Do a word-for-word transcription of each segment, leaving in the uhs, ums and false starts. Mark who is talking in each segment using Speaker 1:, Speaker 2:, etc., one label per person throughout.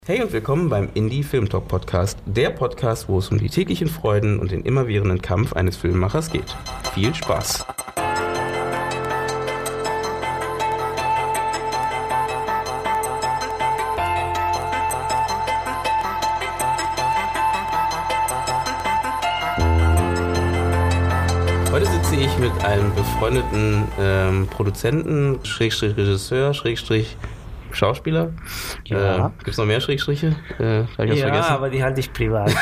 Speaker 1: Hey und willkommen beim Indie Film Talk Podcast, der Podcast, wo es um die täglichen Freuden und den immerwährenden Kampf eines Filmemachers geht. Viel Spaß! Heute sitze ich mit einem befreundeten ähm, Produzenten, Schrägstrich Regisseur, Schrägstrich Schauspieler.
Speaker 2: Ja.
Speaker 1: Äh, Gibt es noch mehr Schrägstriche? Äh, hab ich
Speaker 2: ja,
Speaker 1: vergessen?
Speaker 2: aber die halte ich privat.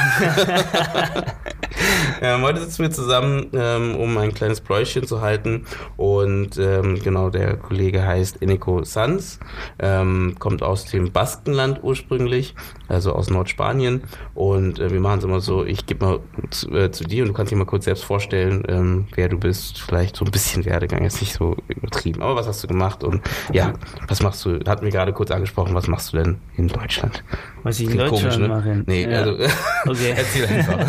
Speaker 1: ähm, heute sitzen wir zusammen, ähm, um ein kleines Pläuschchen zu halten. Und ähm, genau, der Kollege heißt Eneko Sanz, ähm, kommt aus dem Baskenland ursprünglich, also aus Nordspanien. Und äh, wir machen es immer so, ich gebe mal zu, äh, zu dir und du kannst dich mal kurz selbst vorstellen, ähm, wer du bist. Vielleicht so ein bisschen Werdegang, ist nicht so übertrieben. Aber was hast du gemacht? Und ja, was machst du? Hatten wir gerade kurz angesprochen, was machst du denn in Deutschland?
Speaker 2: Was ich in
Speaker 1: Klingt
Speaker 2: Deutschland
Speaker 1: komisch, ne?
Speaker 2: mache?
Speaker 1: Nee,
Speaker 2: ja.
Speaker 1: also
Speaker 2: Okay.
Speaker 1: erzähl einfach.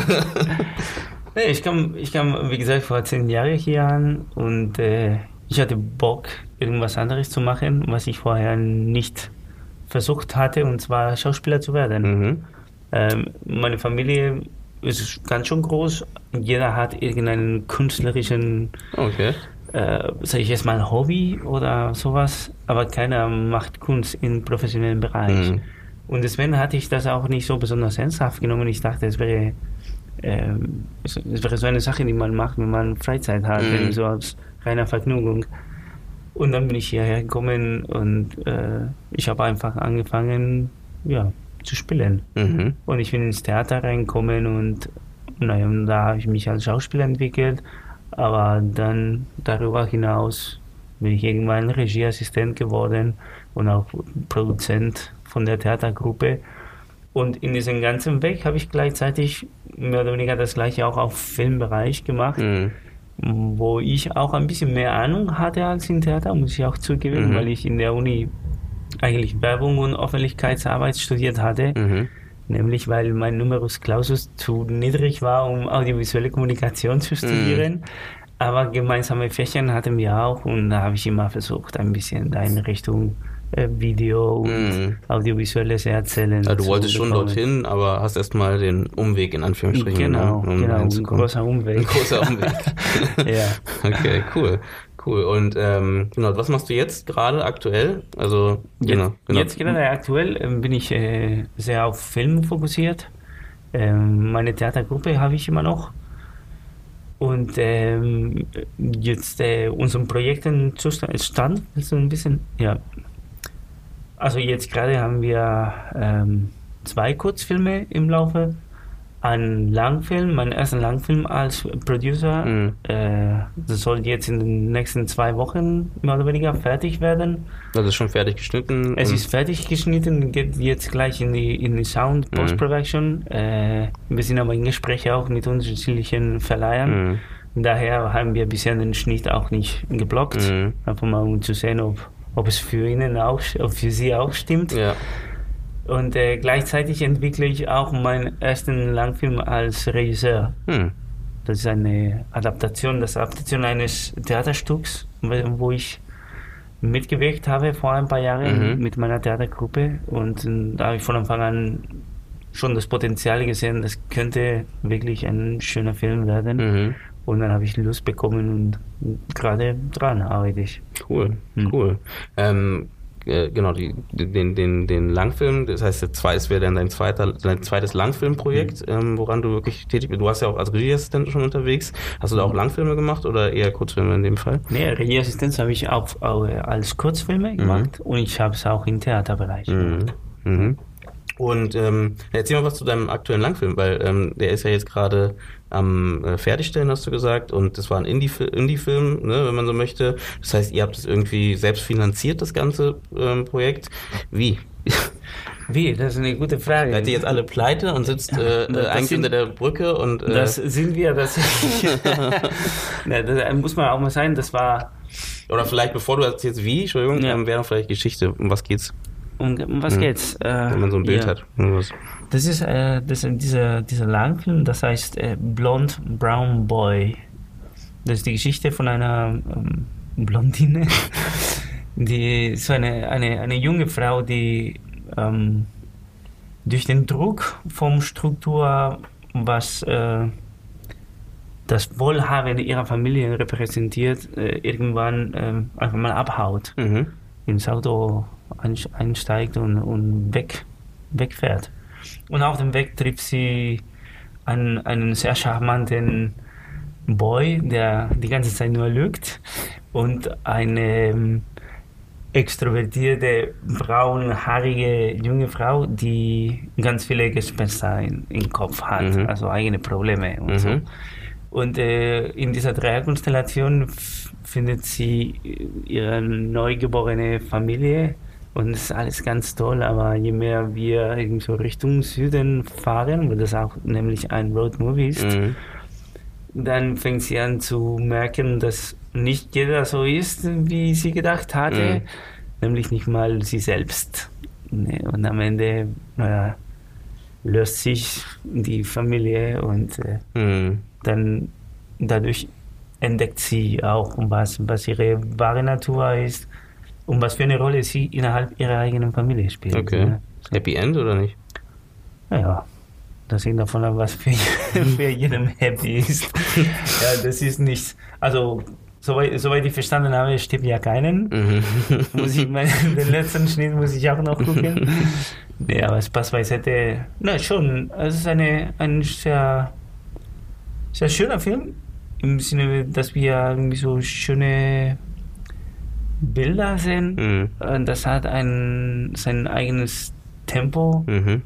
Speaker 2: Nee, ich kam, ich kam, wie gesagt, vor zehn Jahren hier an und äh, ich hatte Bock, irgendwas anderes zu machen, was ich vorher nicht versucht hatte, und zwar Schauspieler zu werden.
Speaker 1: Mhm.
Speaker 2: Ähm, meine Familie ist ganz schön groß. Jeder hat irgendeinen künstlerischen,
Speaker 1: Okay.
Speaker 2: äh, sag ich jetzt mal, Hobby oder sowas, aber keiner macht Kunst im professionellen Bereich.
Speaker 1: Mhm.
Speaker 2: Und deswegen hatte ich das auch nicht so besonders ernsthaft genommen. Ich dachte, es wäre, ähm, es, es wäre so eine Sache, die man macht, wenn man Freizeit hat,
Speaker 1: Mhm.
Speaker 2: so als reiner Vergnügung. Und dann bin ich hierher gekommen und äh, ich habe einfach angefangen, ja, zu spielen.
Speaker 1: Mhm.
Speaker 2: Und ich bin ins Theater reingekommen und, naja, und da habe ich mich als Schauspieler entwickelt. Aber dann darüber hinaus bin ich irgendwann Regieassistent geworden und auch Produzent von der Theatergruppe. Und in diesem ganzen Weg habe ich gleichzeitig mehr oder weniger das Gleiche auch auf Filmbereich gemacht,
Speaker 1: Mhm.
Speaker 2: wo ich auch ein bisschen mehr Ahnung hatte als im Theater, muss ich auch zugeben,
Speaker 1: Mhm.
Speaker 2: weil ich in der Uni eigentlich Werbung und Öffentlichkeitsarbeit studiert hatte.
Speaker 1: Mhm.
Speaker 2: Nämlich, weil mein Numerus Clausus zu niedrig war, um audiovisuelle Kommunikation zu studieren. Mhm. Aber gemeinsame Fächer hatten wir auch und da habe ich immer versucht, ein bisschen da in Richtung äh, Video und
Speaker 1: Mhm.
Speaker 2: audiovisuelles Erzählen.
Speaker 1: Also du
Speaker 2: zu
Speaker 1: wolltest schon
Speaker 2: bekommen.
Speaker 1: dorthin, aber hast erstmal den Umweg in Anführungsstrichen
Speaker 2: Genau,
Speaker 1: genommen, um
Speaker 2: genau, ein
Speaker 1: reinzukommen.
Speaker 2: großer Umweg.
Speaker 1: Ein großer Umweg.
Speaker 2: Ja.
Speaker 1: Okay, cool. Cool. Und ähm, genau, was machst du jetzt gerade aktuell? Also genau,
Speaker 2: Jetzt,
Speaker 1: genau.
Speaker 2: jetzt gerade aktuell ähm, bin ich äh, sehr auf Film fokussiert. Ähm, meine Theatergruppe habe ich immer noch. Und ähm, jetzt äh, unseren Projekten Stand, willst du ein bisschen? Ja. Also jetzt gerade haben wir ähm, zwei Kurzfilme im Laufe. Ein Langfilm, meinen ersten Langfilm als Producer.
Speaker 1: Mhm.
Speaker 2: Äh, das soll jetzt in den nächsten zwei Wochen mehr oder weniger fertig werden.
Speaker 1: Das ist schon fertig geschnitten.
Speaker 2: Es
Speaker 1: und-
Speaker 2: ist fertig geschnitten, geht jetzt gleich in die, in die Sound Post-Production. Äh, wir sind aber in Gespräche auch mit unterschiedlichen Verleihern.
Speaker 1: Mhm.
Speaker 2: Daher haben wir bisher den Schnitt auch nicht geblockt.
Speaker 1: Mhm.
Speaker 2: Einfach mal, um zu sehen, ob, ob es für ihnen auch, ob für sie auch stimmt.
Speaker 1: Ja.
Speaker 2: Und äh, gleichzeitig entwickle ich auch meinen ersten Langfilm als Regisseur.
Speaker 1: Hm.
Speaker 2: Das ist eine Adaptation, das Adaptation eines Theaterstücks, wo ich mitgewirkt habe vor ein paar Jahren
Speaker 1: Mhm.
Speaker 2: mit meiner Theatergruppe. Und äh, da habe ich von Anfang an schon das Potenzial gesehen, das könnte wirklich ein schöner Film werden.
Speaker 1: Mhm.
Speaker 2: Und dann habe ich Lust bekommen und gerade dran arbeite ich.
Speaker 1: Cool,
Speaker 2: Hm.
Speaker 1: cool. Ähm, äh, genau, die, den, den, den Langfilm, das heißt, der zweite, es wäre dann dein, zweiter, dein zweites Langfilmprojekt, ähm, woran du wirklich tätig bist. Du warst ja auch als Regieassistent schon unterwegs. Hast du da auch Langfilme gemacht oder eher Kurzfilme in dem Fall?
Speaker 2: Nee, Regieassistenz habe ich auch, auch als Kurzfilme gemacht und ich habe es auch im Theaterbereich gemacht.
Speaker 1: Mhm. Mhm. Und ähm, erzähl mal was zu deinem aktuellen Langfilm, weil ähm, der ist ja jetzt gerade am äh, Fertigstellen, hast du gesagt, und das war ein Indie- Indie-Film, ne, wenn man so möchte. Das heißt, ihr habt es irgendwie selbst finanziert, das ganze ähm, Projekt. Wie?
Speaker 2: Wie? Das ist eine gute Frage.
Speaker 1: Seid ihr jetzt alle pleite und sitzt äh,
Speaker 2: Das
Speaker 1: eigentlich
Speaker 2: sind-
Speaker 1: unter der Brücke und äh,
Speaker 2: Das sind wir, das Na, das muss man auch mal sein, das war,
Speaker 1: oder vielleicht bevor du erzählst wie, Entschuldigung,
Speaker 2: Ja.
Speaker 1: ähm, wäre noch vielleicht Geschichte, um was geht's,
Speaker 2: um, um was
Speaker 1: Mhm.
Speaker 2: geht's? Äh,
Speaker 1: wenn man so ein Bild
Speaker 2: ja.
Speaker 1: hat. Irgendwas.
Speaker 2: Das ist, äh, das ist dieser, dieser Langfilm, das heißt äh, Blonde Brown Boy. Das ist die Geschichte von einer ähm, Blondine, die so eine, eine, eine junge Frau, die ähm, durch den Druck vom Struktur, was äh, das Wohlhaben ihrer Familie repräsentiert, äh, irgendwann äh, einfach mal abhaut,
Speaker 1: Mhm.
Speaker 2: ins Auto einsteigt und, und weg, wegfährt. Und auf dem Weg trifft sie einen, einen sehr charmanten Boy, der die ganze Zeit nur lügt, und eine ähm, extrovertierte, braunhaarige junge Frau, die ganz viele Gespenster in, im Kopf hat,
Speaker 1: Mhm.
Speaker 2: also eigene Probleme und
Speaker 1: Mhm.
Speaker 2: so. Und äh, in dieser Dreierkonstellation f- findet sie ihre neugeborene Familie und es ist alles ganz toll, aber je mehr wir irgendwie so Richtung Süden fahren, weil das auch nämlich ein Roadmovie ist,
Speaker 1: Mhm.
Speaker 2: dann fängt sie an zu merken, dass nicht jeder so ist, wie sie gedacht hatte,
Speaker 1: Mhm.
Speaker 2: nämlich nicht mal sie selbst. Ne, und am Ende, naja, löst sich die Familie und äh,
Speaker 1: Mhm.
Speaker 2: dann dadurch entdeckt sie auch, was, was ihre wahre Natur ist und was für eine Rolle sie innerhalb ihrer eigenen Familie spielt.
Speaker 1: Okay.
Speaker 2: Ne?
Speaker 1: Happy End oder nicht?
Speaker 2: Naja, das hängt davon ab, was für, für jeden happy ist. Ja, das ist nichts. Also, soweit, soweit ich verstanden habe, stirbt ja keinen.
Speaker 1: Mhm.
Speaker 2: Muss ich mal, den letzten Schnitt muss ich auch noch gucken. Nee, aber Spaß beiseite. Na, schon. Es ist eine, ein sehr, sehr schöner Film. Im Sinne, dass wir irgendwie so schöne Bilder sehen.
Speaker 1: Mhm.
Speaker 2: Und das hat ein, sein eigenes Tempo.
Speaker 1: Mhm.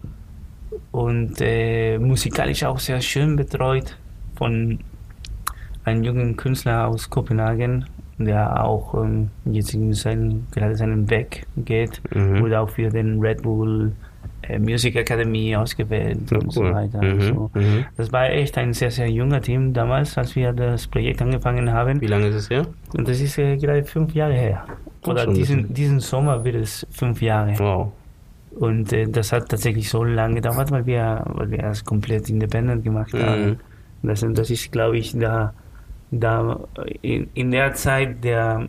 Speaker 2: Und äh, musikalisch auch sehr schön betreut von einem jungen Künstler aus Kopenhagen, der auch ähm, jetzt in seinen, gerade seinen Weg geht,
Speaker 1: Mhm.
Speaker 2: wurde auch für den Red Bull äh, Music Academy ausgewählt
Speaker 1: Ja,
Speaker 2: und so
Speaker 1: cool.
Speaker 2: weiter.
Speaker 1: Mhm.
Speaker 2: Also,
Speaker 1: Mhm.
Speaker 2: das war echt ein sehr, sehr junger Team damals, als wir das Projekt angefangen haben.
Speaker 1: Wie lange ist es her?
Speaker 2: Und das ist äh, gerade fünf Jahre her.
Speaker 1: Oh,
Speaker 2: Oder
Speaker 1: schon ein
Speaker 2: diesen,
Speaker 1: bisschen.
Speaker 2: diesen Sommer wird es fünf Jahre.
Speaker 1: Wow.
Speaker 2: Und äh, das hat tatsächlich so lange gedauert, weil wir, weil wir es komplett independent gemacht haben.
Speaker 1: Mhm.
Speaker 2: Das, das ist, glaube ich, da, da in, in der Zeit der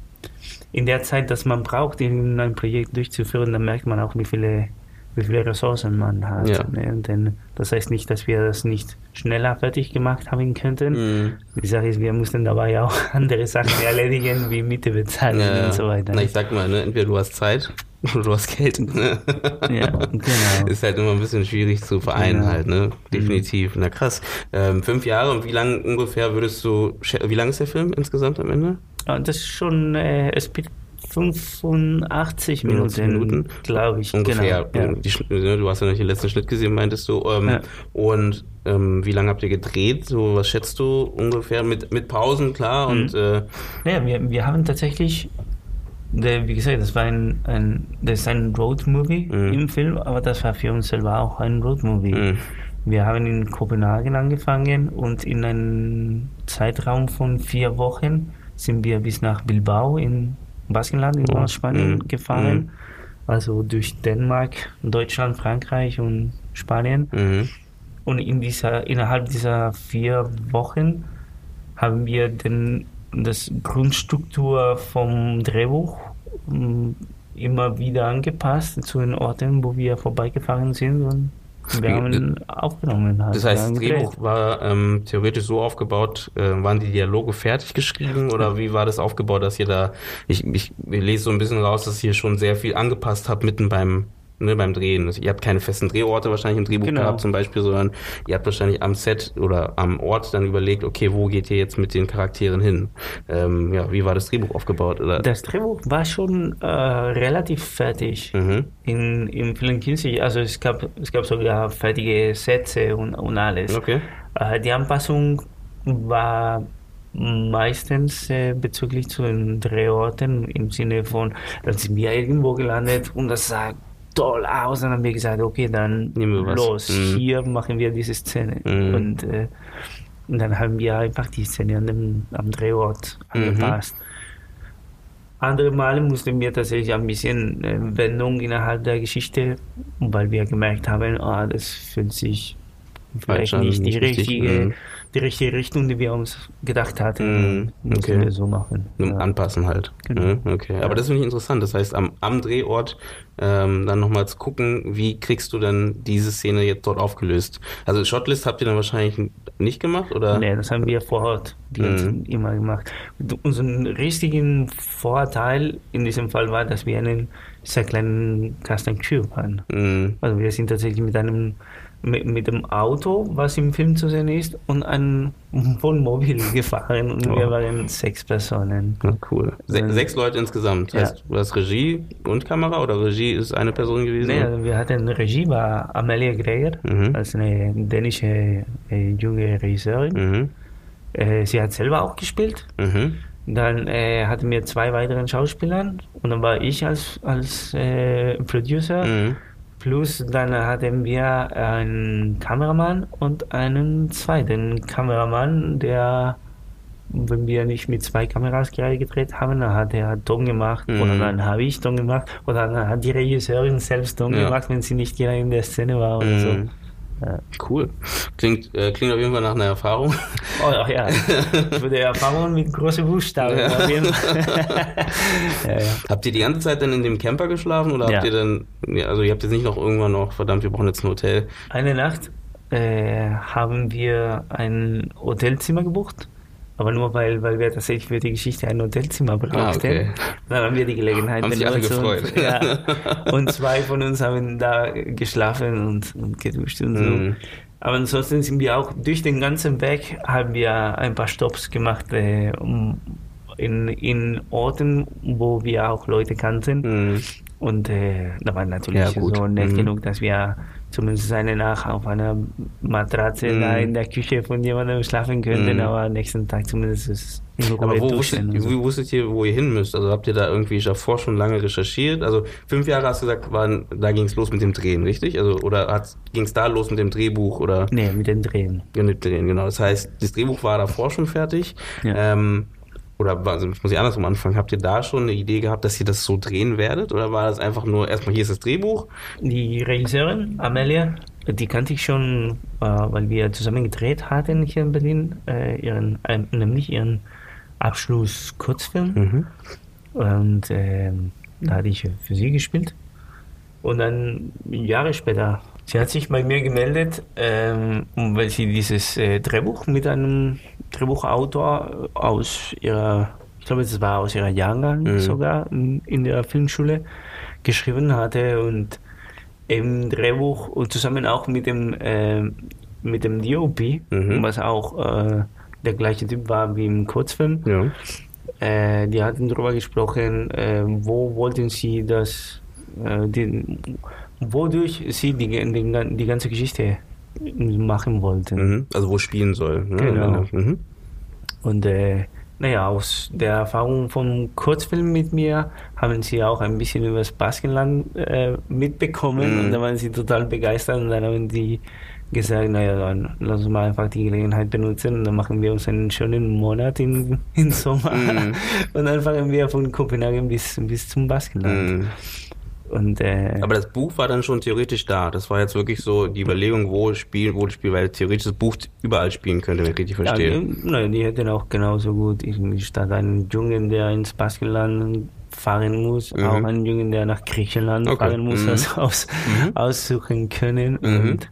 Speaker 2: in der Zeit, dass man braucht, ein Projekt durchzuführen, dann merkt man auch, wie viele, wie viele Ressourcen man hat.
Speaker 1: Ja.
Speaker 2: Ne? Und dann, das heißt nicht, dass wir das nicht schneller fertig gemacht haben könnten.
Speaker 1: Mhm.
Speaker 2: Die Sache ist, wir mussten dabei auch andere Sachen erledigen, wie Miete bezahlen
Speaker 1: Ja,
Speaker 2: und so weiter.
Speaker 1: Na, ich sag mal, ne, entweder du hast Zeit oder du hast Geld. Ne?
Speaker 2: Ja, genau.
Speaker 1: Ist halt immer ein bisschen schwierig zu vereinen
Speaker 2: Genau.
Speaker 1: halt, ne? Definitiv. Na krass. Ähm, fünf Jahre und wie lang ungefähr würdest du, schä- wie lang ist der Film insgesamt am Ende?
Speaker 2: Ja, das ist schon, äh, es spielt fünfundachtzig Minuten,
Speaker 1: Minuten?
Speaker 2: glaube ich.
Speaker 1: Ungefähr.
Speaker 2: Genau, ja.
Speaker 1: Die, Schnitt- ne, du hast ja nicht den letzten Schnitt gesehen, meintest du. Ähm,
Speaker 2: Ja.
Speaker 1: Und ähm, wie lange habt ihr gedreht? So, was schätzt du ungefähr? Mit, mit Pausen, klar. Und
Speaker 2: Mhm.
Speaker 1: äh,
Speaker 2: Ja, wir, wir haben tatsächlich, der, wie gesagt, das war ein, ein, das ist ein Road-Movie
Speaker 1: Mhm.
Speaker 2: im Film, aber das war für uns selber auch ein Road-Movie.
Speaker 1: Mhm.
Speaker 2: Wir haben in Kopenhagen angefangen und in einem Zeitraum von vier Wochen sind wir bis nach Bilbao in Baskenland in
Speaker 1: Oh.
Speaker 2: Nordspanien
Speaker 1: Mhm.
Speaker 2: gefahren.
Speaker 1: Mhm.
Speaker 2: Also durch Dänemark, Deutschland, Frankreich und Spanien.
Speaker 1: Mhm.
Speaker 2: Und in dieser, innerhalb dieser vier Wochen haben wir den, das Grundstruktur vom Drehbuch ähm, immer wieder angepasst zu den Orten, wo wir vorbeigefahren sind und wir haben aufgenommen. Halt,
Speaker 1: Das heißt,
Speaker 2: wir haben
Speaker 1: das
Speaker 2: gedreht.
Speaker 1: Drehbuch war ähm, theoretisch so aufgebaut, äh, waren die Dialoge fertig geschrieben oder wie war das aufgebaut, dass ihr da, ich, ich lese so ein bisschen raus, dass ihr schon sehr viel angepasst habt mitten beim, ne, beim Drehen. Also ihr habt keine festen Drehorte wahrscheinlich im Drehbuch
Speaker 2: Genau.
Speaker 1: gehabt zum Beispiel, sondern ihr habt wahrscheinlich am Set oder am Ort dann überlegt, okay, wo geht ihr jetzt mit den Charakteren hin? Ähm, ja, wie war das Drehbuch aufgebaut? Oder?
Speaker 2: Das Drehbuch war schon äh, relativ fertig
Speaker 1: Mhm.
Speaker 2: in, in vielen Hinsichten. Also es gab, es gab sogar fertige Sätze und, und alles.
Speaker 1: Okay.
Speaker 2: Äh, die Anpassung war meistens äh, bezüglich zu den Drehorten im Sinne von, dann sind wir irgendwo gelandet und das sah toll aus. Dann haben wir gesagt, okay, dann
Speaker 1: Nehmen wir was.
Speaker 2: los,
Speaker 1: Mhm.
Speaker 2: hier machen wir diese Szene.
Speaker 1: Mhm.
Speaker 2: Und, äh, und dann haben wir einfach die Szene an dem, am Drehort
Speaker 1: Mhm.
Speaker 2: angepasst. Andere Male mussten wir tatsächlich ein bisschen äh, Wendung innerhalb der Geschichte, weil wir gemerkt haben, ah, das fühlt sich vielleicht
Speaker 1: an,
Speaker 2: nicht die
Speaker 1: nicht richtig,
Speaker 2: richtige,
Speaker 1: mhm.
Speaker 2: die richtige Richtung, die wir uns gedacht hatten.
Speaker 1: Mhm,
Speaker 2: Mussten
Speaker 1: okay.
Speaker 2: wir so machen.
Speaker 1: Nur
Speaker 2: Ja.
Speaker 1: Anpassen halt.
Speaker 2: Genau.
Speaker 1: Ne? Okay. Aber das finde ich interessant. Das heißt, am, am Drehort ähm, dann nochmal zu gucken, wie kriegst du dann diese Szene jetzt dort aufgelöst. Also Shotlist habt ihr dann wahrscheinlich nicht gemacht, oder?
Speaker 2: Nee, das haben wir vor Ort die
Speaker 1: Mhm.
Speaker 2: immer gemacht. Und unser richtigen Vorteil in diesem Fall war, dass wir einen sehr kleinen Cast and Crew waren.
Speaker 1: Mhm.
Speaker 2: Also wir sind tatsächlich mit einem mit, mit dem Auto, was im Film zu sehen ist, und ein Wohnmobil gefahren und
Speaker 1: Oh.
Speaker 2: wir waren sechs Personen.
Speaker 1: Ja, cool. Se
Speaker 2: Ähm,
Speaker 1: sechs Leute insgesamt.
Speaker 2: ja.
Speaker 1: Heißt, du hast Regie und Kamera oder Regie ist eine Person gewesen?
Speaker 2: Nee, also wir hatten Regie, war Amelia Greger,
Speaker 1: Mhm.
Speaker 2: als eine dänische äh, junge Regisseurin.
Speaker 1: Mhm.
Speaker 2: Äh, sie hat selber auch gespielt.
Speaker 1: Mhm.
Speaker 2: Dann äh, hatten wir zwei weiteren Schauspieler und dann war ich als, als äh, Producer.
Speaker 1: Mhm.
Speaker 2: Plus dann hatten wir einen Kameramann und einen zweiten Kameramann, der, wenn wir nicht mit zwei Kameras gerade gedreht haben, dann hat er Ton gemacht
Speaker 1: Mhm.
Speaker 2: oder dann habe ich Ton gemacht oder dann hat die Regisseurin selbst Ton
Speaker 1: Ja.
Speaker 2: gemacht, wenn sie nicht gerade in der Szene war oder so.
Speaker 1: Mhm.
Speaker 2: Ja.
Speaker 1: Cool. Klingt, äh, klingt auf jeden Fall nach einer Erfahrung.
Speaker 2: Oh ach ja, für die Erfahrung mit großen Buchstaben.
Speaker 1: Ja.
Speaker 2: Auf jeden Fall. ja, ja.
Speaker 1: Habt ihr die ganze Zeit dann in dem Camper geschlafen oder
Speaker 2: Ja.
Speaker 1: habt ihr dann, ja, also ihr habt jetzt nicht noch irgendwann noch, verdammt, wir brauchen jetzt ein Hotel.
Speaker 2: Eine Nacht äh, haben wir ein Hotelzimmer gebucht, aber nur weil, weil wir tatsächlich für die Geschichte ein Hotelzimmer brauchten.
Speaker 1: Ah, okay.
Speaker 2: Dann haben wir die Gelegenheit
Speaker 1: Haben sich alle
Speaker 2: benutzt
Speaker 1: gefreut.
Speaker 2: Und, ja, und zwei von uns haben da geschlafen und, und geduscht und so.
Speaker 1: Mhm.
Speaker 2: Aber ansonsten sind wir auch durch den ganzen Weg haben wir ein paar Stops gemacht äh, um, in, in Orten, wo wir auch Leute kannten.
Speaker 1: Mhm.
Speaker 2: Und äh, da war natürlich
Speaker 1: Ja, gut.
Speaker 2: so nett
Speaker 1: Mhm.
Speaker 2: genug, dass wir zumindest eine Nacht auf einer Matratze
Speaker 1: Mhm.
Speaker 2: da in der Küche von jemandem schlafen könnten,
Speaker 1: Mhm.
Speaker 2: aber am nächsten Tag zumindest ist in Ruhe
Speaker 1: Aber wo
Speaker 2: duschen
Speaker 1: wusstet,
Speaker 2: und so.
Speaker 1: wie wusstet ihr, wo ihr hin müsst? Also habt ihr da irgendwie davor schon lange recherchiert? Also fünf Jahre hast du gesagt, waren, da ging es los mit dem Drehen, richtig? Also oder ging es da los mit dem Drehbuch oder
Speaker 2: Nee, mit den Drehen.
Speaker 1: ja, mit Drehen, genau. Das heißt, das Drehbuch war davor schon fertig.
Speaker 2: Ja.
Speaker 1: Ähm, oder war- also muss ich andersrum anfangen, habt ihr da schon eine Idee gehabt, dass ihr das so drehen werdet? Oder war das einfach nur, erstmal hier ist das Drehbuch?
Speaker 2: Die Regisseurin, Amelia, die kannte ich schon, äh, weil wir zusammen gedreht hatten hier in Berlin, äh, ihren, äh, nämlich ihren Abschluss-Kurzfilm.
Speaker 1: Mhm.
Speaker 2: Und ähm, da hatte ich für sie gespielt. Und dann Jahre später, sie hat sich bei mir gemeldet, ähm, weil sie dieses äh, Drehbuch mit einem Drehbuchautor aus ihrer, ich glaube, das war aus ihrer Jahrgang
Speaker 1: Mhm.
Speaker 2: sogar, in, in der Filmschule geschrieben hatte und im Drehbuch und zusammen auch mit dem, äh, mit dem D O P,
Speaker 1: Mhm.
Speaker 2: was auch äh, der gleiche Typ war wie im Kurzfilm.
Speaker 1: Ja.
Speaker 2: Äh, die hatten darüber gesprochen, äh, wo wollten sie das, äh, die, wodurch sie die, die, die ganze Geschichte machen wollten.
Speaker 1: Mhm. Also wo spielen soll. Ne?
Speaker 2: Genau.
Speaker 1: Mhm.
Speaker 2: Und äh, naja, aus der Erfahrung vom Kurzfilm mit mir haben sie auch ein bisschen über das Baskenland äh, mitbekommen
Speaker 1: Mhm.
Speaker 2: und da waren sie total begeistert und dann haben die gesagt, naja, dann lass uns mal einfach die Gelegenheit benutzen und dann machen wir uns einen schönen Monat im, im Sommer
Speaker 1: Mhm.
Speaker 2: und dann fahren wir von Kopenhagen bis, bis zum Baskenland.
Speaker 1: Mhm.
Speaker 2: Und, äh,
Speaker 1: Aber das Buch war dann schon theoretisch da. Das war jetzt wirklich so die Überlegung, wo spielen, wo das Spiel, weil theoretisch das Buch überall spielen könnte, wenn ich richtig
Speaker 2: ja,
Speaker 1: verstehe.
Speaker 2: die, nein, die hätten auch genauso gut irgendwie statt einen Jungen, der ins Baskenland fahren muss,
Speaker 1: Mhm.
Speaker 2: auch einen Jungen, der nach Griechenland
Speaker 1: Okay.
Speaker 2: fahren muss,
Speaker 1: Mhm.
Speaker 2: das aus,
Speaker 1: Mhm.
Speaker 2: aussuchen können
Speaker 1: Mhm.
Speaker 2: und,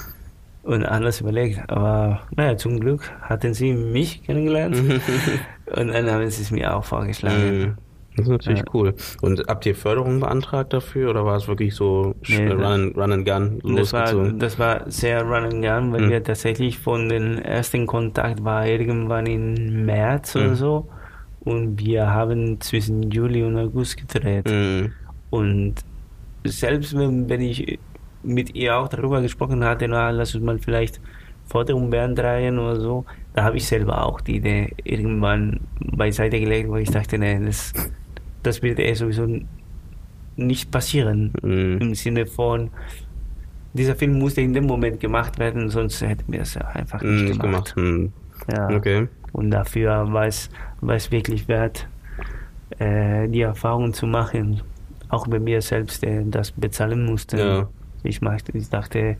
Speaker 2: und anders überlegt. Aber naja, zum Glück hatten sie mich kennengelernt und dann haben sie es mir auch vorgeschlagen.
Speaker 1: Mhm. Das ist natürlich
Speaker 2: Ja.
Speaker 1: cool. Und habt ihr Förderung beantragt dafür oder war es wirklich so sch-
Speaker 2: Nee,
Speaker 1: run, and, run and gun
Speaker 2: Das war,
Speaker 1: losgezogen?
Speaker 2: das war sehr run and gun, weil
Speaker 1: Mhm.
Speaker 2: wir tatsächlich von den ersten Kontakt war irgendwann im März
Speaker 1: Mhm.
Speaker 2: oder so und wir haben zwischen Juli und August gedreht.
Speaker 1: Mhm.
Speaker 2: Und selbst wenn, wenn ich mit ihr auch darüber gesprochen hatte, na, lass uns mal vielleicht Forderungen beantragen oder so, da habe ich selber auch die Idee irgendwann beiseite gelegt, weil ich dachte, nee, das, das wird eh sowieso nicht passieren.
Speaker 1: Mhm.
Speaker 2: Im Sinne von, dieser Film musste in dem Moment gemacht werden, sonst hätten wir es einfach
Speaker 1: Mhm,
Speaker 2: nicht
Speaker 1: nicht
Speaker 2: gemacht.
Speaker 1: gemacht. Mhm.
Speaker 2: Ja.
Speaker 1: Okay.
Speaker 2: Und dafür war es, war es wirklich wert, äh, die Erfahrung zu machen, auch wenn wir selbst äh, das bezahlen mussten.
Speaker 1: Ja.
Speaker 2: Ich, machte, ich dachte,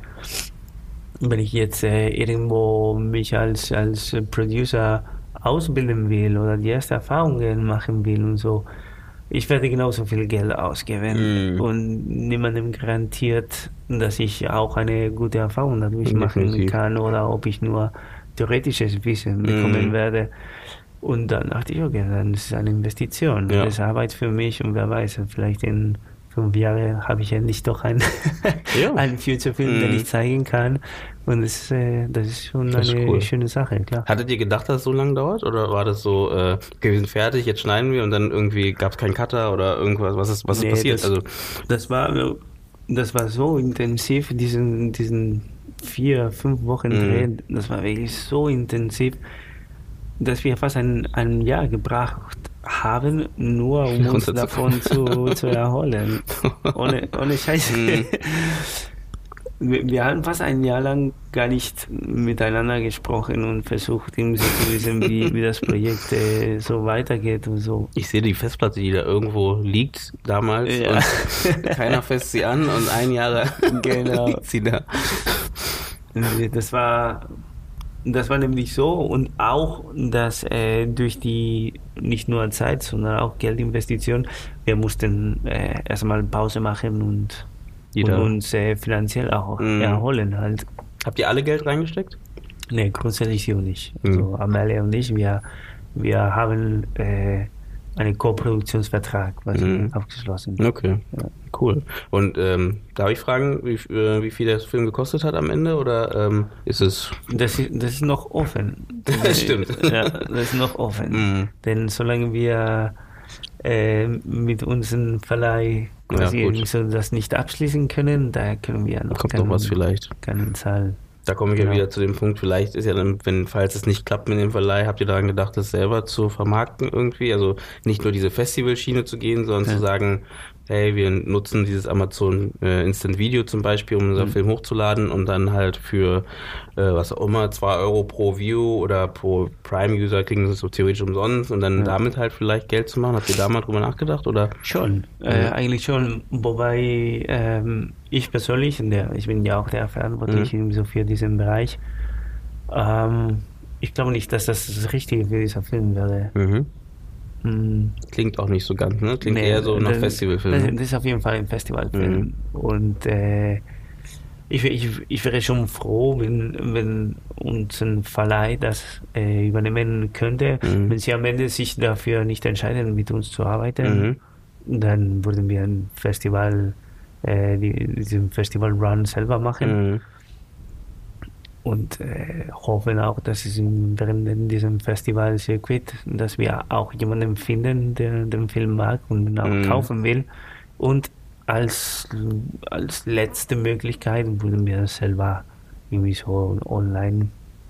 Speaker 2: wenn ich jetzt äh, irgendwo mich als, als Producer ausbilden will oder die erste Erfahrungen machen will und so, ich werde genauso viel Geld ausgeben
Speaker 1: Mm.
Speaker 2: und niemandem garantiert, dass ich auch eine gute Erfahrung dadurch machen
Speaker 1: Definitiv.
Speaker 2: kann oder ob ich nur theoretisches Wissen bekommen
Speaker 1: Mm.
Speaker 2: werde. Und dann dachte ich, okay, dann ist es eine Investition.
Speaker 1: Ja.
Speaker 2: Das ist Arbeit für mich und wer weiß, vielleicht in fünf Jahren habe ich endlich doch einen,
Speaker 1: Ja.
Speaker 2: einen Future-Film, den
Speaker 1: Mm.
Speaker 2: ich zeigen kann. Und das, äh, das ist schon
Speaker 1: Das ist
Speaker 2: eine
Speaker 1: cool.
Speaker 2: schöne Sache, klar.
Speaker 1: Hattet ihr gedacht, dass es so lange dauert? Oder war das so, äh, okay, wir sind fertig, jetzt schneiden wir und dann irgendwie gab es keinen Cutter oder irgendwas? Was ist, was ist
Speaker 2: Nee,
Speaker 1: passiert?
Speaker 2: das-
Speaker 1: Also,
Speaker 2: Das war, das war so intensiv, diesen, diesen vier, fünf Wochen
Speaker 1: Mhm.
Speaker 2: Dreh, das war wirklich so intensiv, dass wir fast ein, ein Jahr gebraucht haben, nur um uns davon zu, zu erholen. Ohne, ohne Scheiße.
Speaker 1: Mhm.
Speaker 2: Wir, wir haben fast ein Jahr lang gar nicht miteinander gesprochen und versucht, ihm so zu wissen, wie, wie das Projekt äh, so weitergeht und so.
Speaker 1: ich sehe die Festplatte, die da irgendwo liegt damals
Speaker 2: Ja.
Speaker 1: und keiner fasst sie an und ein Jahr lang
Speaker 2: Genau.
Speaker 1: liegt sie da.
Speaker 2: Das war, das war nämlich so und auch, dass äh, durch die nicht nur Zeit, sondern auch Geldinvestition, wir mussten äh, erstmal Pause machen und,
Speaker 1: Jeder.
Speaker 2: und uns äh, finanziell auch
Speaker 1: Mhm.
Speaker 2: erholen halt.
Speaker 1: Habt ihr alle Geld reingesteckt?
Speaker 2: Nee, grundsätzlich so nicht.
Speaker 1: Mhm.
Speaker 2: Also Amalia und ich, wir, wir haben äh, einen Co-Produktionsvertrag quasi
Speaker 1: Mhm.
Speaker 2: abgeschlossen.
Speaker 1: Okay,
Speaker 2: Ja.
Speaker 1: cool. Und ähm, darf ich fragen, wie, äh, wie viel der Film gekostet hat am Ende? Oder ähm, ist es...
Speaker 2: Das ist, das ist noch offen.
Speaker 1: Das stimmt.
Speaker 2: Ja, das ist noch offen.
Speaker 1: Mhm.
Speaker 2: Denn solange wir äh, mit unserem Verleih quasi
Speaker 1: Ja, gut.
Speaker 2: so das nicht abschließen können, da können wir noch
Speaker 1: Kommt
Speaker 2: keinen,
Speaker 1: noch was vielleicht.
Speaker 2: keine Zahl.
Speaker 1: Da komme ich
Speaker 2: Genau.
Speaker 1: ja wieder zu dem Punkt, vielleicht ist ja dann, wenn, falls es nicht klappt mit dem Verleih, habt ihr daran gedacht, das selber zu vermarkten irgendwie? Also nicht nur diese Festivalschiene zu gehen, sondern
Speaker 2: Ja.
Speaker 1: zu sagen, hey, wir nutzen dieses Amazon äh, Instant Video zum Beispiel, um unseren
Speaker 2: Mhm.
Speaker 1: Film hochzuladen und dann halt für äh, was auch immer, zwei Euro pro View oder pro Prime-User kriegen sie es so theoretisch umsonst und dann
Speaker 2: Ja.
Speaker 1: damit halt vielleicht Geld zu machen. Habt ihr da mal drüber nachgedacht, oder?
Speaker 2: Schon, äh,
Speaker 1: Ja.
Speaker 2: eigentlich schon. Wobei ähm, ich persönlich, der, ich bin ja auch der Verantwortliche
Speaker 1: Mhm.
Speaker 2: so für diesen Bereich, ähm, ich glaube nicht, dass das das Richtige für dieser Film wäre.
Speaker 1: Mhm.
Speaker 2: Mm.
Speaker 1: Klingt auch nicht so ganz, ne? Klingt
Speaker 2: Nee,
Speaker 1: eher so nach
Speaker 2: das-
Speaker 1: Festivalfilm.
Speaker 2: Das, das ist auf jeden Fall ein Festivalfilm.
Speaker 1: Mhm.
Speaker 2: Und äh, ich, ich, ich wäre schon froh, wenn, wenn uns ein Verleih das äh, übernehmen könnte.
Speaker 1: Mhm.
Speaker 2: Wenn sie am Ende sich dafür nicht entscheiden, mit uns zu arbeiten,
Speaker 1: Mhm.
Speaker 2: dann würden wir ein Festival, äh, die, diesen Festival-Run selber machen.
Speaker 1: Mhm.
Speaker 2: Und äh, hoffen auch, dass es in, während diesem Festival-Circuit, dass wir auch jemanden finden, der den Film mag und ihn auch
Speaker 1: Mhm.
Speaker 2: kaufen will. Und als, als letzte Möglichkeit würden wir das selber irgendwie so online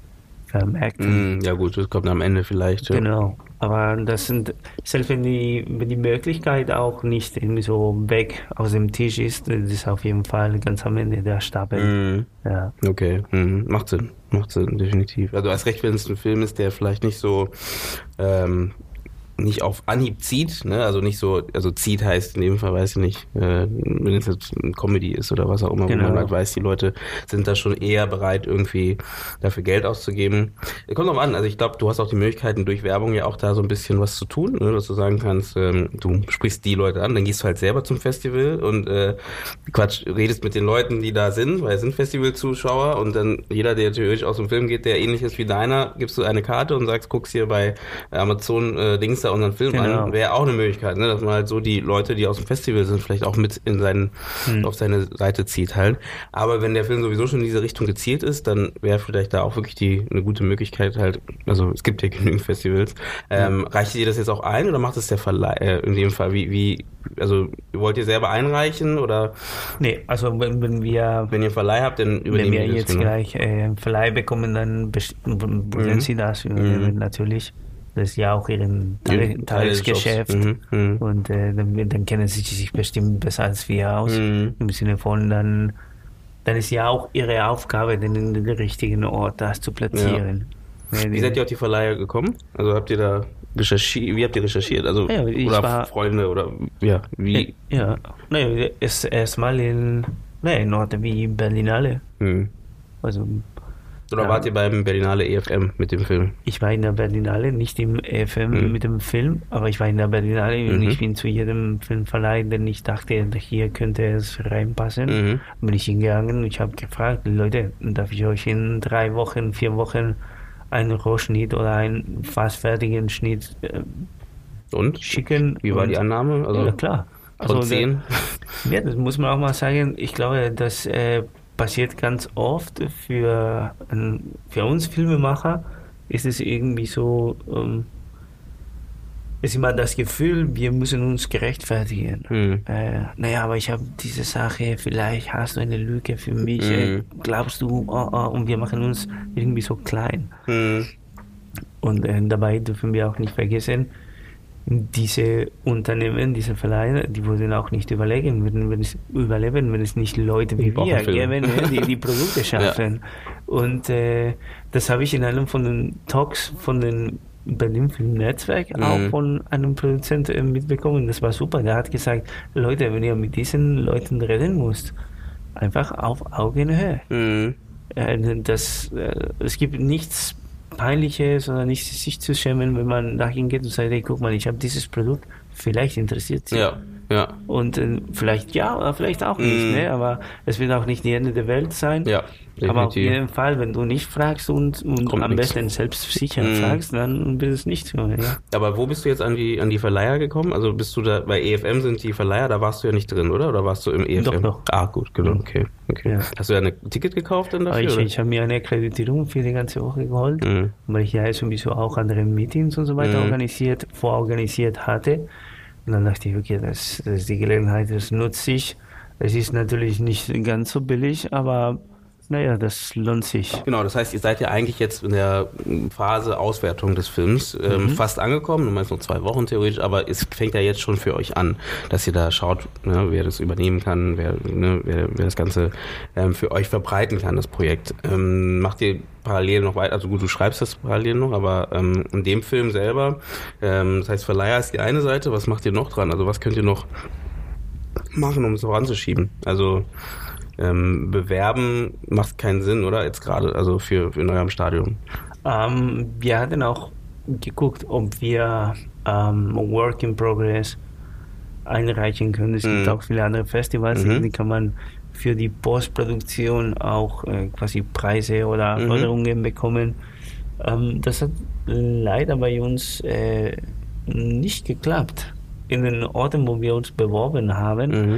Speaker 2: vermarkten.
Speaker 1: Mhm. Ja gut, das kommt am Ende vielleicht. Ja.
Speaker 2: Genau. Aber das sind, selbst wenn die, wenn die Möglichkeit auch nicht irgendwie so weg aus dem Tisch ist, das ist auf jeden Fall ganz am Ende der Stapel.
Speaker 1: Mhm.
Speaker 2: Ja.
Speaker 1: Okay, mhm. Macht Sinn, macht Sinn, definitiv. Also erst recht, wenn es ein Film ist, der vielleicht nicht so ähm, nicht auf Anhieb zieht, ne? Also nicht so, also zieht heißt in dem Fall, weiß ich nicht, äh, wenn es jetzt ein Comedy ist oder was auch immer,
Speaker 2: Genau.
Speaker 1: wo man halt weiß, die Leute sind da schon eher bereit, irgendwie dafür Geld auszugeben. Kommt drauf an, also ich glaube, du hast auch die Möglichkeiten durch Werbung ja auch da so ein bisschen was zu tun, ne? Dass du sagen kannst, ähm, du sprichst die Leute an, dann gehst du halt selber zum Festival und äh, Quatsch, redest mit den Leuten, die da sind, weil es sind Festivalzuschauer und dann jeder, der theoretisch aus dem Film geht, der ähnlich ist wie deiner, gibst du eine Karte und sagst, guckst hier bei Amazon äh, Dings da unseren Film
Speaker 2: Genau.
Speaker 1: an, wäre auch eine Möglichkeit, ne? Dass man halt so die Leute, die aus dem Festival sind, vielleicht auch mit in seinen,
Speaker 2: Hm.
Speaker 1: auf seine Seite zieht halt. Aber wenn der Film sowieso schon in diese Richtung gezielt ist, dann wäre vielleicht da auch wirklich die eine gute Möglichkeit halt, also es gibt ja genügend Festivals. Ähm, reicht ihr das jetzt auch ein oder macht es der Verleih äh, in dem Fall? Wie, wie, also wollt ihr selber einreichen oder
Speaker 2: Nee, also wenn, wenn wir
Speaker 1: wenn ihr einen Verleih habt, dann
Speaker 2: wenn
Speaker 1: übernehmen
Speaker 2: wir
Speaker 1: die das,
Speaker 2: jetzt
Speaker 1: genau.
Speaker 2: gleich äh, einen Verleih bekommen, dann best- würden
Speaker 1: Mhm.
Speaker 2: sie das übernehmen,
Speaker 1: Mhm.
Speaker 2: natürlich. Das ist ja auch ihren
Speaker 1: Ja,
Speaker 2: Tages-
Speaker 1: Teil des Jobs.
Speaker 2: Tagesgeschäft.
Speaker 1: Mhm. Mhm.
Speaker 2: Und äh, dann, dann kennen sie sich bestimmt besser als wir aus.
Speaker 1: Mhm.
Speaker 2: Im Sinne von, dann, dann ist ja auch ihre Aufgabe, den in den richtigen Ort das zu platzieren. Ja,
Speaker 1: Wie seid ihr auf die Verleiher gekommen? Also habt ihr da recherchiert, wie habt ihr recherchiert? Also
Speaker 2: Ja, ich
Speaker 1: oder
Speaker 2: war-
Speaker 1: Freunde oder ja, wie?
Speaker 2: Ja, naja, erst erstmal in, naja, in Orten wie Berlinale.
Speaker 1: Hm.
Speaker 2: Also
Speaker 1: Oder
Speaker 2: ja.
Speaker 1: wart ihr beim Berlinale E F M mit dem Film?
Speaker 2: Ich war in der Berlinale, nicht im E F M mhm. mit dem Film, aber ich war in der Berlinale mhm. und ich bin zu jedem Filmverleih, denn ich dachte, hier könnte es reinpassen. Mhm. Bin ich hingegangen und ich habe gefragt, Leute, darf ich euch in drei Wochen, vier Wochen einen Rohschnitt oder einen fast fertigen Schnitt äh,
Speaker 1: und?
Speaker 2: schicken?
Speaker 1: Wie war
Speaker 2: und,
Speaker 1: die Annahme? Also
Speaker 2: ja, klar.
Speaker 1: Also zehn?
Speaker 2: Ja, das muss man auch mal sagen. Ich glaube, das äh, passiert ganz oft für, für uns Filmemacher. Ist es irgendwie so, ähm, ist immer das Gefühl, wir müssen uns gerechtfertigen. Hm. Äh, naja, aber ich habe diese Sache, vielleicht hast du eine Lücke für mich, hm. äh, glaubst du, oh, oh, und wir machen uns irgendwie so klein. Hm. Und äh, dabei dürfen wir auch nicht vergessen, diese Unternehmen, diese Verleiher, die würden auch nicht überlegen, würden, wenn es überleben, wenn es nicht Leute wie wir gäben, die die Produkte schaffen. Ja. Und äh, das habe ich in einem von den Talks von den Berlin Film Netzwerk mhm. auch von einem Produzenten äh, mitbekommen. Das war super. Der hat gesagt, Leute, wenn ihr mit diesen Leuten reden müsst, einfach auf Augenhöhe. Mhm. Äh, das, äh, es gibt nichts Peinliches oder nicht sich zu schämen, wenn man dahin geht und sagt, hey, guck mal, ich habe dieses Produkt, vielleicht interessiert sie.
Speaker 1: Ja, ja.
Speaker 2: Und äh, vielleicht ja, oder vielleicht auch nicht, mm. ne? Aber es wird auch nicht die Ende der Welt sein.
Speaker 1: Ja, definitiv.
Speaker 2: Aber auf jeden Fall, wenn du nicht fragst und, und am nix. besten selbstsicher mm. fragst, dann wird es nicht so. Ja.
Speaker 1: Aber wo bist du jetzt an die an die Verleiher gekommen? Also bist du da, bei E F M sind die Verleiher, da warst du ja nicht drin, oder? Oder warst du im E F M?
Speaker 2: Doch, doch.
Speaker 1: Ah, gut, genau, okay. okay. Ja. Hast du ja ein Ticket gekauft denn dafür?
Speaker 2: Ich, ich habe mir eine Akkreditierung für die ganze Woche geholt, mm. weil ich ja sowieso auch andere Meetings und so weiter mm. organisiert, vororganisiert hatte. Und dann dachte ich, okay, das, das ist die Gelegenheit, das nutze ich. Es ist natürlich nicht ganz so billig, aber naja, das lohnt sich.
Speaker 1: Genau, das heißt, ihr seid ja eigentlich jetzt in der Phase Auswertung des Films ähm, mhm. fast angekommen. Du meinst noch zwei Wochen theoretisch, aber es fängt ja jetzt schon für euch an, dass ihr da schaut, ne, wer das übernehmen kann, wer, ne, wer, wer das Ganze ähm, für euch verbreiten kann, das Projekt. Ähm, macht ihr parallel noch weiter, also gut, du schreibst das parallel noch, aber ähm, in dem Film selber, ähm, das heißt, Verleiher ist die eine Seite, was macht ihr noch dran? Also was könnt ihr noch machen, um es voranzuschieben? Also ähm, bewerben macht keinen Sinn, oder? Jetzt gerade, also für, für in eurem Stadion.
Speaker 2: Ähm, wir hatten auch geguckt, ob wir ähm, Work in Progress einreichen können. Es mhm. gibt auch viele andere Festivals, mhm. die kann man für die Postproduktion auch äh, quasi Preise oder mhm. Förderungen bekommen. Ähm, das hat leider bei uns äh, nicht geklappt. In den Orten, wo wir uns beworben haben. Mhm.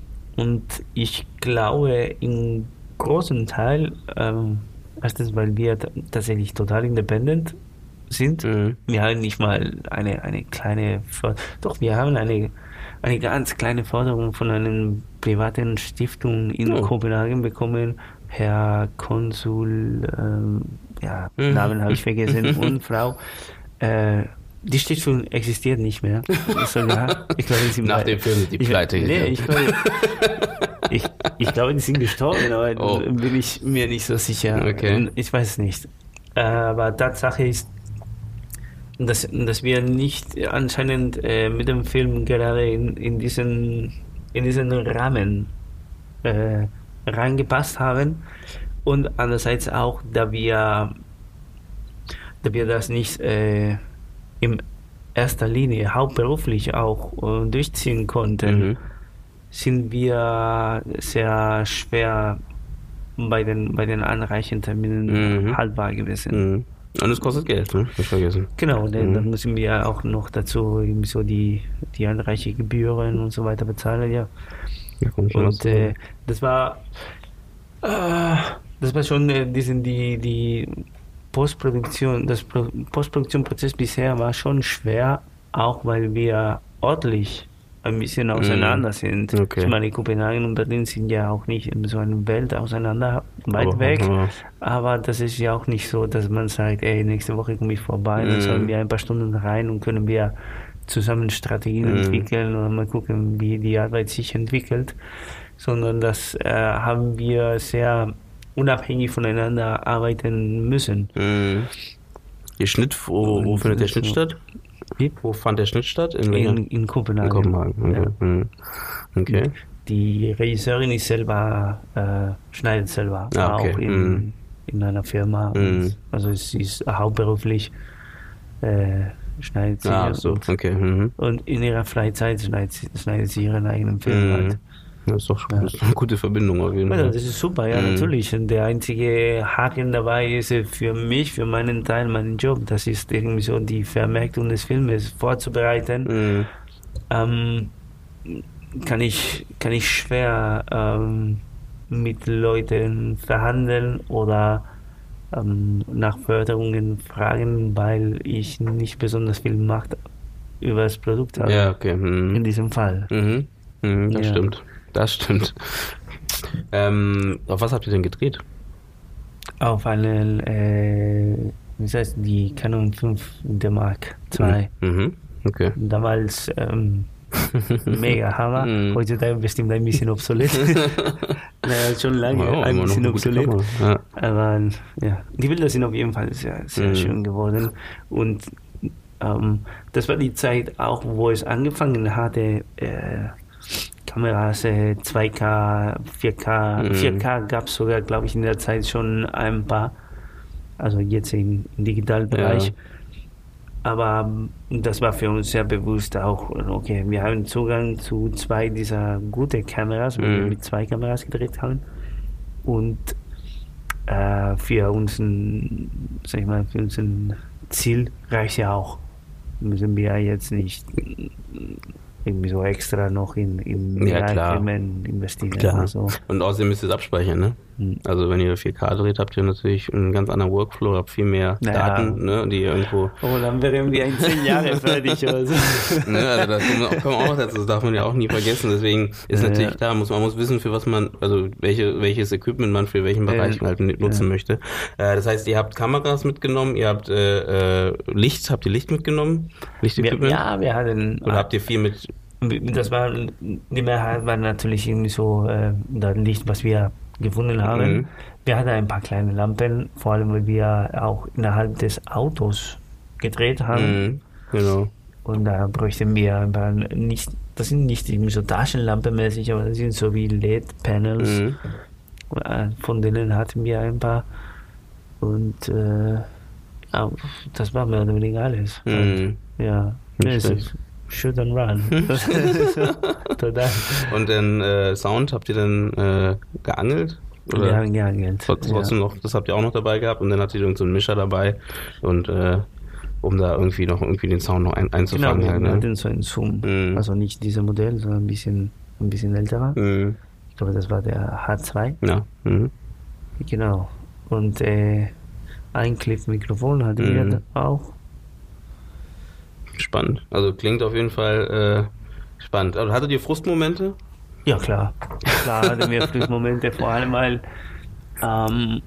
Speaker 2: Und ich glaube, im großen Teil, ähm, erstens, weil wir t- tatsächlich total independent sind. Mhm. Wir haben nicht mal eine, eine kleine, Förder- doch, wir haben eine, eine ganz kleine Förderung von einer privaten Stiftung in oh. Kopenhagen bekommen. Herr Konsul, ähm, ja, mhm. Namen habe ich vergessen, und Frau, äh, die Stiftung existiert nicht mehr. Sogar, ich glaube, sie
Speaker 1: Nach dem Film sind die pleite.
Speaker 2: Nee, ich glaube, ich, ich glaube, die sind gestorben, aber oh. bin ich mir nicht so sicher.
Speaker 1: Okay.
Speaker 2: Ich weiß es nicht. Aber Tatsache ist, dass, dass wir nicht anscheinend äh, mit dem Film gerade in, in, diesen, in diesen Rahmen äh, reingepasst haben. Und andererseits auch, da wir, da wir das nicht äh, in erster Linie hauptberuflich auch äh, durchziehen konnten, mhm. sind wir sehr schwer bei den, bei den Anreichenterminen mhm. haltbar gewesen.
Speaker 1: Mhm. Und es kostet Geld, ne? Nicht vergessen.
Speaker 2: Genau, denn mhm. dann müssen wir auch noch dazu irgendwie so die, die Anreichegebühren und so weiter bezahlen, ja.
Speaker 1: ja
Speaker 2: und äh, das war äh, das war schon äh, die, die, die Postproduktion, das Pro- Postproduktionsprozess bisher war schon schwer, auch weil wir örtlich ein bisschen auseinander mm. sind.
Speaker 1: Okay.
Speaker 2: Ich meine, Kopenhagen und Berlin sind ja auch nicht in so einer Welt auseinander, weit aber, weg. Ja. Aber das ist ja auch nicht so, dass man sagt, ey, nächste Woche komme ich vorbei, mm. dann sollen wir ein paar Stunden rein und können wir zusammen Strategien mm. entwickeln oder mal gucken, wie die Arbeit sich entwickelt. Sondern das äh, haben wir sehr unabhängig voneinander arbeiten müssen.
Speaker 1: Mhm. Der Schnitt, wo, wo findet der Schnitt statt? Wie? Wo fand der Schnitt statt?
Speaker 2: In, in, in Kopenhagen.
Speaker 1: In Kopenhagen, okay. Ja. Mhm. Okay.
Speaker 2: Die Regisseurin ist selber, äh, schneidet selber.
Speaker 1: Ah, okay.
Speaker 2: Auch in,
Speaker 1: mhm.
Speaker 2: in einer Firma.
Speaker 1: Mhm.
Speaker 2: Und, also sie ist hauptberuflich äh, schneidet sie.
Speaker 1: Ah, so,
Speaker 2: und,
Speaker 1: okay. Mhm.
Speaker 2: und in ihrer Freizeit schneidet sie, schneidet sie ihren eigenen Film
Speaker 1: Mhm.
Speaker 2: halt.
Speaker 1: Das ist doch ja. das ist eine gute Verbindung auf jeden
Speaker 2: Also,
Speaker 1: Fall.
Speaker 2: das ist super, ja,
Speaker 1: Mhm.
Speaker 2: natürlich. Und der einzige Haken dabei ist äh, für mich, für meinen Teil, meinen Job, das ist irgendwie so die Vermarktung des Filmes vorzubereiten.
Speaker 1: Mhm.
Speaker 2: Ähm, kann ich, kann ich schwer ähm, mit Leuten verhandeln oder ähm, nach Förderungen fragen, weil ich nicht besonders viel Macht über das Produkt habe.
Speaker 1: Ja, okay. Mhm.
Speaker 2: In diesem Fall.
Speaker 1: Mhm. Mhm, das
Speaker 2: Ja.
Speaker 1: stimmt. Das stimmt. Ähm, auf was habt ihr denn gedreht?
Speaker 2: Auf einen, äh, wie heißt die Canon fünf D Mark zwei.
Speaker 1: Mhm. Okay.
Speaker 2: Damals ähm, mega Hammer.
Speaker 1: Mhm.
Speaker 2: Heutzutage bestimmt ein bisschen obsolet. naja, schon lange
Speaker 1: Wow,
Speaker 2: ein
Speaker 1: immer noch
Speaker 2: bisschen
Speaker 1: eine gute
Speaker 2: obsolet.
Speaker 1: Kamera. Ja.
Speaker 2: Aber ja, die Bilder sind auf jeden Fall sehr, sehr
Speaker 1: Mhm.
Speaker 2: schön geworden. Und ähm, das war die Zeit auch, wo es angefangen hatte, äh, Kameras äh, zwei K, vier K,
Speaker 1: Mhm.
Speaker 2: vier K gab es sogar, glaube ich, in der Zeit schon ein paar, also jetzt im, im Digitalbereich.
Speaker 1: Ja.
Speaker 2: Aber ähm, das war für uns sehr bewusst auch, okay, wir haben Zugang zu zwei dieser guten Kameras, weil wir
Speaker 1: Mhm.
Speaker 2: mit zwei Kameras gedreht haben. Und äh, für unseren, sag ich mal, für unseren Ziel reicht ja auch. Müssen wir jetzt nicht irgendwie so extra noch in, in
Speaker 1: Ja, klar.
Speaker 2: Filmen investieren.
Speaker 1: Klar.
Speaker 2: Also,
Speaker 1: Und außerdem müsst ihr es abspeichern, ne?
Speaker 2: hm.
Speaker 1: Also wenn ihr vier K dreht, habt ihr natürlich einen ganz anderen Workflow, habt viel mehr
Speaker 2: Naja.
Speaker 1: Daten, ne, die ihr irgendwo,
Speaker 2: Oh, dann wären wir in zehn Jahre fertig oder so.
Speaker 1: ne, also das kommt auch- kommt auch dazu, das darf man ja auch nie vergessen, deswegen ist
Speaker 2: Ja,
Speaker 1: natürlich
Speaker 2: ja.
Speaker 1: klar, muss, man muss wissen, für was man, also welche, welches Equipment man für welchen Bereich
Speaker 2: Ja.
Speaker 1: halt nutzen
Speaker 2: Ja.
Speaker 1: möchte. Äh, das heißt, ihr habt Kameras mitgenommen, ihr habt äh, äh, Licht, habt ihr Licht mitgenommen?
Speaker 2: Wir,
Speaker 1: Lichtequipment?
Speaker 2: ja, wir hatten.
Speaker 1: Oder habt ihr viel mit,
Speaker 2: Das war, die Mehrheit war natürlich irgendwie so äh, das Licht, was wir gefunden haben.
Speaker 1: Mhm.
Speaker 2: Wir hatten ein paar kleine Lampen, vor allem weil wir auch innerhalb des Autos gedreht haben.
Speaker 1: mhm, genau.
Speaker 2: Und da bräuchten wir ein paar nicht, das sind nicht irgendwie so Taschenlampenmäßig, aber das sind so wie L E D-Panels.
Speaker 1: Mhm.
Speaker 2: Äh, Von denen hatten wir ein paar. Und äh, ja, das war mehr oder weniger alles.
Speaker 1: Mhm.
Speaker 2: Ja,
Speaker 1: Nicht
Speaker 2: es
Speaker 1: schlecht.
Speaker 2: ist Shoot and Run. Total.
Speaker 1: Und den äh, Sound habt ihr dann äh, geangelt?
Speaker 2: Wir
Speaker 1: Oder
Speaker 2: haben geangelt.
Speaker 1: trotz- trotzdem
Speaker 2: Ja.
Speaker 1: noch, das habt ihr auch noch dabei gehabt und dann hattet ihr irgend so einen Mischer dabei und äh, um da irgendwie noch irgendwie den Sound noch ein,
Speaker 2: Genau,
Speaker 1: einzufangen
Speaker 2: wir
Speaker 1: halt, ne?
Speaker 2: hatten so einen Zoom.
Speaker 1: Mhm.
Speaker 2: Also nicht dieser Modell, sondern ein bisschen, ein bisschen älterer.
Speaker 1: Mhm.
Speaker 2: Ich glaube, das war der H zwei.
Speaker 1: Ja. Mhm.
Speaker 2: Genau. Und äh, ein Clip-Mikrofon hatten
Speaker 1: Mhm.
Speaker 2: wir auch.
Speaker 1: Spannend. Also klingt auf jeden Fall äh, spannend. Also hattet ihr Frustmomente?
Speaker 2: Ja, klar. Klar hatten wir Frustmomente, vor allem weil ähm,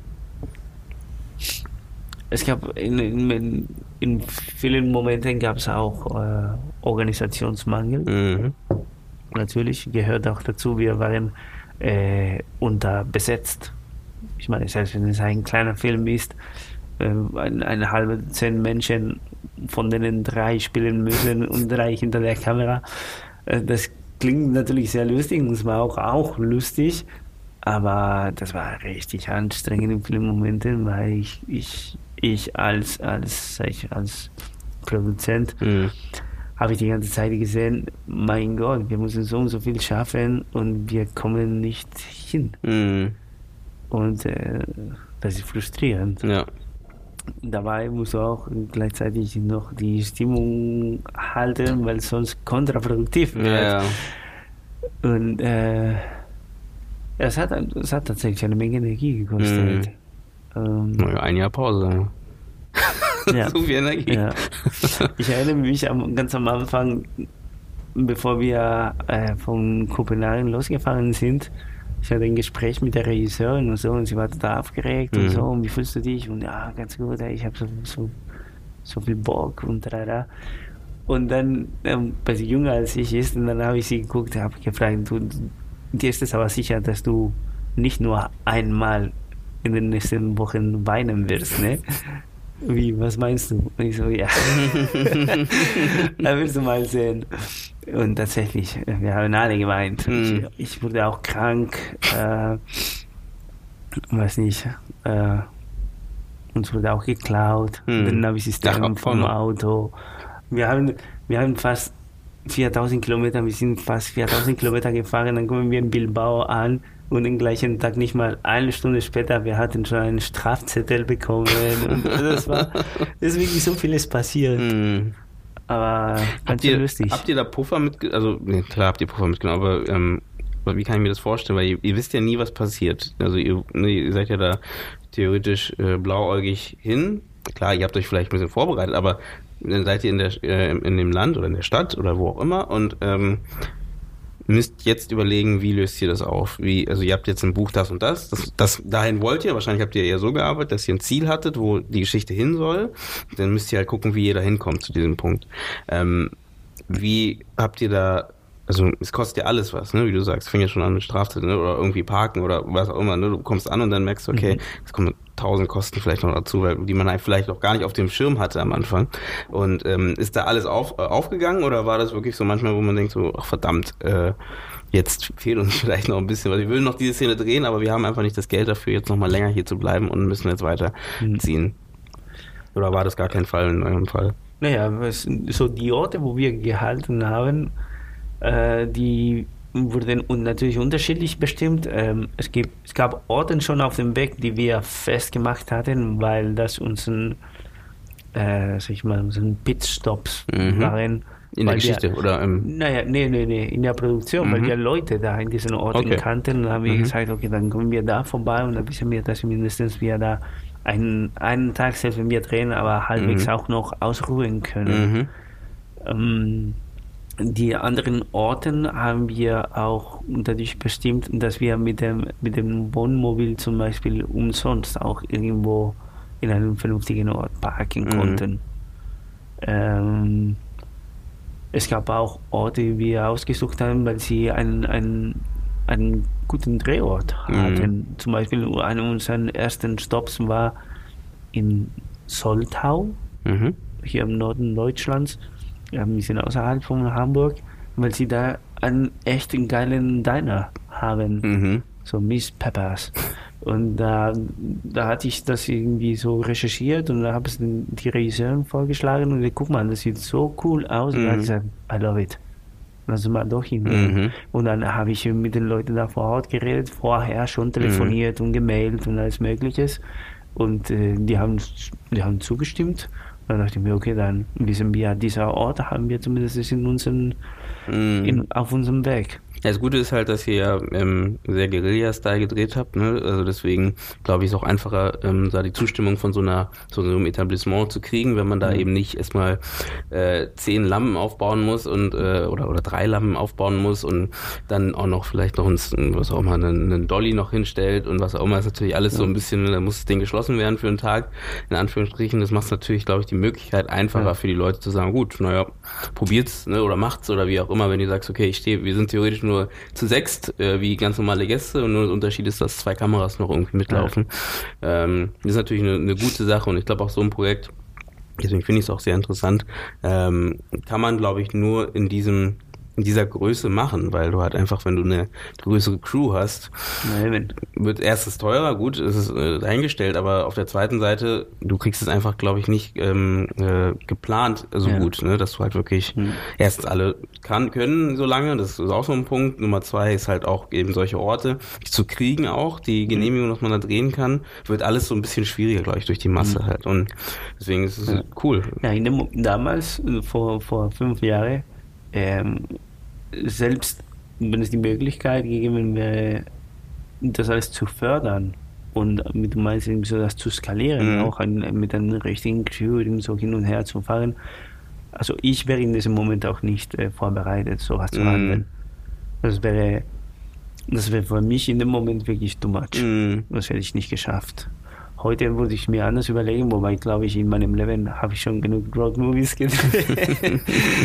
Speaker 2: es gab in, in, in vielen Momenten gab es auch äh, Organisationsmangel.
Speaker 1: Mhm.
Speaker 2: Natürlich gehört auch dazu, wir waren äh, unterbesetzt. Ich meine, selbst wenn es ein kleiner Film ist, äh, ein, eine halbe Dutzend Menschen, von denen drei spielen müssen und drei hinter der Kamera. Äh, das klingt natürlich sehr lustig und es war auch, auch lustig, aber das war richtig anstrengend in vielen Momenten, weil ich, ich, ich als, als, sag ich, als Produzent
Speaker 1: Mhm.
Speaker 2: habe ich die ganze Zeit gesehen, mein Gott, wir müssen so und so viel schaffen und wir kommen nicht hin.
Speaker 1: Mhm.
Speaker 2: Und äh, das ist frustrierend.
Speaker 1: Ja.
Speaker 2: Dabei musst du auch gleichzeitig noch die Stimmung halten, weil sonst kontraproduktiv wird.
Speaker 1: Ja, ja.
Speaker 2: Und äh, es, hat, es hat tatsächlich eine Menge Energie gekostet. Ähm,
Speaker 1: Naja, ein Jahr Pause.
Speaker 2: ja.
Speaker 1: Zu viel Energie.
Speaker 2: Ja. Ich erinnere mich am, ganz am Anfang, bevor wir äh, von Kopenhagen losgefahren sind, ich hatte ein Gespräch mit der Regisseurin und so und sie war total aufgeregt
Speaker 1: Mhm.
Speaker 2: und so und wie fühlst du dich? Und ja, ganz gut, ey, ich habe so, so, so viel Bock und da, da. Und dann, ähm, weil sie jünger als ich ist, und dann habe ich sie geguckt, habe gefragt, du, dir ist es aber sicher, dass du nicht nur einmal in den nächsten Wochen weinen wirst, ne? Wie, was meinst du? Und ich so, ja. Da willst du mal sehen. Und tatsächlich, wir haben alle geweint.
Speaker 1: Mhm.
Speaker 2: Ich, ich wurde auch krank, äh, weiß nicht, äh, uns wurde auch geklaut,
Speaker 1: Hm.
Speaker 2: das Navi-System
Speaker 1: Ach,
Speaker 2: vom
Speaker 1: noch.
Speaker 2: Auto. Wir haben, wir haben fast viertausend Kilometer, wir sind fast viertausend Kilometer gefahren, dann kommen wir in Bilbao an und den gleichen Tag, nicht mal eine Stunde später, wir hatten schon einen Strafzettel bekommen. Und das war, es ist wirklich so vieles passiert.
Speaker 1: Hm.
Speaker 2: Aber
Speaker 1: Habt
Speaker 2: ganz
Speaker 1: ihr,
Speaker 2: schön lustig.
Speaker 1: habt ihr da Puffer mitgenommen? Also, nee, klar habt ihr Puffer mitgenommen, aber ähm, wie kann ich mir das vorstellen? Weil ihr, ihr wisst ja nie, was passiert. Also ihr, ne, ihr seid ja da theoretisch äh, blauäugig hin. Klar, ihr habt euch vielleicht ein bisschen vorbereitet, aber dann seid ihr in der äh, in dem Land oder in der Stadt oder wo auch immer und ähm, müsst jetzt überlegen, wie löst ihr das auf? Wie, also ihr habt jetzt ein Buch das und das, das, das dahin wollt ihr, wahrscheinlich habt ihr eher so gearbeitet, dass ihr ein Ziel hattet, wo die Geschichte hin soll. Dann müsst ihr halt gucken, wie ihr da hinkommt zu diesem Punkt. Ähm, wie habt ihr da, also es kostet ja alles was, ne? Wie du sagst, fängt ja schon an mit Strafzetteln, ne? Oder irgendwie parken oder was auch immer, ne? Du kommst an und dann merkst du, okay,
Speaker 2: Mhm.
Speaker 1: es kommen tausend Kosten vielleicht noch dazu, weil, die man halt vielleicht auch gar nicht auf dem Schirm hatte am Anfang. Und ähm, ist da alles auf, äh, aufgegangen oder war das wirklich so manchmal, wo man denkt so, ach verdammt, äh, jetzt fehlt uns vielleicht noch ein bisschen, weil wir würden noch diese Szene drehen, aber wir haben einfach nicht das Geld dafür, jetzt noch mal länger hier zu bleiben und müssen jetzt weiterziehen.
Speaker 2: Mhm.
Speaker 1: Oder war das gar kein Fall in eurem Fall?
Speaker 2: Naja, es- so die Orte, wo wir gehalten haben, äh, die wurden un natürlich unterschiedlich bestimmt. Ähm, es gibt, es gab Orte schon auf dem Weg, die wir festgemacht hatten, weil das unseren, äh, sag ich mal, unseren Pitstops
Speaker 1: Mhm.
Speaker 2: waren.
Speaker 1: In der
Speaker 2: weil wir-
Speaker 1: Geschichte oder im...
Speaker 2: Naja, nee, nee, nee, in der Produktion, weil
Speaker 1: Mhm.
Speaker 2: wir Leute da in diesen Orten
Speaker 1: Okay.
Speaker 2: kannten und dann haben wir
Speaker 1: Mhm.
Speaker 2: gesagt, okay, dann kommen wir da vorbei und dann wissen wir, dass mindestens wir da einen, einen Tag, selbst wenn wir drehen, aber halbwegs
Speaker 1: Mhm.
Speaker 2: auch noch ausruhen können.
Speaker 1: Mhm.
Speaker 2: Ähm, die anderen Orten haben wir auch dadurch bestimmt, dass wir mit dem, mit dem Wohnmobil zum Beispiel umsonst auch irgendwo in einem vernünftigen Ort parken
Speaker 1: Mhm.
Speaker 2: konnten. Ähm, es gab auch Orte, die wir ausgesucht haben, weil sie einen, einen, einen guten Drehort
Speaker 1: Mhm.
Speaker 2: hatten. Zum Beispiel einer unserer ersten Stops war in Soltau,
Speaker 1: Mhm.
Speaker 2: hier im Norden Deutschlands, ja, ein bisschen außerhalb von Hamburg, weil sie da einen echt geilen Diner haben,
Speaker 1: Mhm.
Speaker 2: so Miss Peppers. Und da, da hatte ich das irgendwie so recherchiert und da habe ich es den, die Regisseurin vorgeschlagen und ich, guck mal, das sieht so cool aus. Und
Speaker 1: Mhm.
Speaker 2: dann habe ich gesagt, I love it. Lass uns mal doch hingehen.
Speaker 1: Mhm.
Speaker 2: Und dann habe ich mit den Leuten da vor Ort geredet, vorher schon telefoniert und gemailt und alles Mögliches. Und äh, die haben die haben zugestimmt. Und dann dachte ich mir, okay, dann wissen wir, dieser Ort haben wir zumindest in unseren,
Speaker 1: Mhm.
Speaker 2: in, auf unserem Weg.
Speaker 1: Ja, das Gute ist halt, dass ihr ja ähm, sehr Guerilla-Style gedreht habt, ne? Also deswegen glaube ich, ist auch einfacher, ähm, da die Zustimmung von so einer so einem Etablissement zu kriegen, wenn man da
Speaker 2: Mhm.
Speaker 1: eben nicht erstmal äh, zehn Lampen aufbauen muss und äh, oder oder drei Lampen aufbauen muss und dann auch noch vielleicht noch ein, was auch immer einen, einen Dolly noch hinstellt und was auch immer, ist natürlich alles so ein bisschen, da muss das Ding geschlossen werden für einen Tag, in Anführungsstrichen. Das macht natürlich, glaube ich, die Möglichkeit einfacher
Speaker 2: Ja.
Speaker 1: für die Leute zu sagen, gut, naja, probiert's, ne, oder macht's oder wie auch immer, wenn du sagst, okay, ich stehe, wir sind theoretisch nur zu sechst, äh, wie ganz normale Gäste und nur der Unterschied ist, dass zwei Kameras noch irgendwie mitlaufen. Ähm, das ist natürlich eine, eine gute Sache und ich glaube auch so ein Projekt, deswegen finde ich es auch sehr interessant, ähm, kann man, glaube ich, nur in diesem in dieser Größe machen, weil du halt einfach, wenn du eine größere Crew hast,
Speaker 2: Na, eben.
Speaker 1: wird erstens teurer, gut, es ist äh, dahingestellt, aber auf der zweiten Seite, du kriegst es einfach, glaube ich, nicht ähm, äh, geplant so
Speaker 2: Ja.
Speaker 1: gut, ne, dass du halt wirklich
Speaker 2: Mhm.
Speaker 1: erstens alle kann, können so lange, das ist auch so ein Punkt. Nummer zwei ist halt auch eben solche Orte zu kriegen auch, die Genehmigung, dass man da drehen kann, wird alles so ein bisschen schwieriger, glaube ich, durch die Masse
Speaker 2: Mhm.
Speaker 1: halt und deswegen ist es
Speaker 2: Ja.
Speaker 1: cool.
Speaker 2: Ja, in dem, damals, äh, vor, vor fünf Jahren, ähm, selbst wenn es die Möglichkeit gegeben wäre, das alles zu fördern und mit du meinst eben so das zu skalieren,
Speaker 1: Mhm.
Speaker 2: auch an, mit einer richtigen Crew eben so hin und her zu fahren. Also ich wäre in diesem Moment auch nicht äh, vorbereitet, sowas zu
Speaker 1: Mhm.
Speaker 2: handeln. Das wäre, das wäre für mich in dem Moment wirklich too much.
Speaker 1: Mhm.
Speaker 2: Das hätte ich nicht geschafft. Heute würde ich mir anders überlegen, wobei glaube ich in meinem Leben habe ich schon genug Road-Movies gedreht.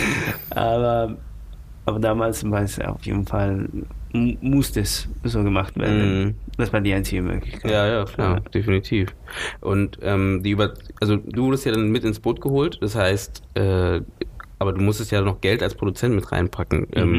Speaker 2: aber, aber damals war es auf jeden Fall, m- musste es so gemacht werden.
Speaker 1: Mhm.
Speaker 2: Das war die einzige Möglichkeit.
Speaker 1: Ja, ja, klar, definitiv. Und ähm, die über, also du wurdest ja dann mit ins Boot geholt, das heißt, äh, aber du musstest ja noch Geld als Produzent mit reinpacken. Ähm,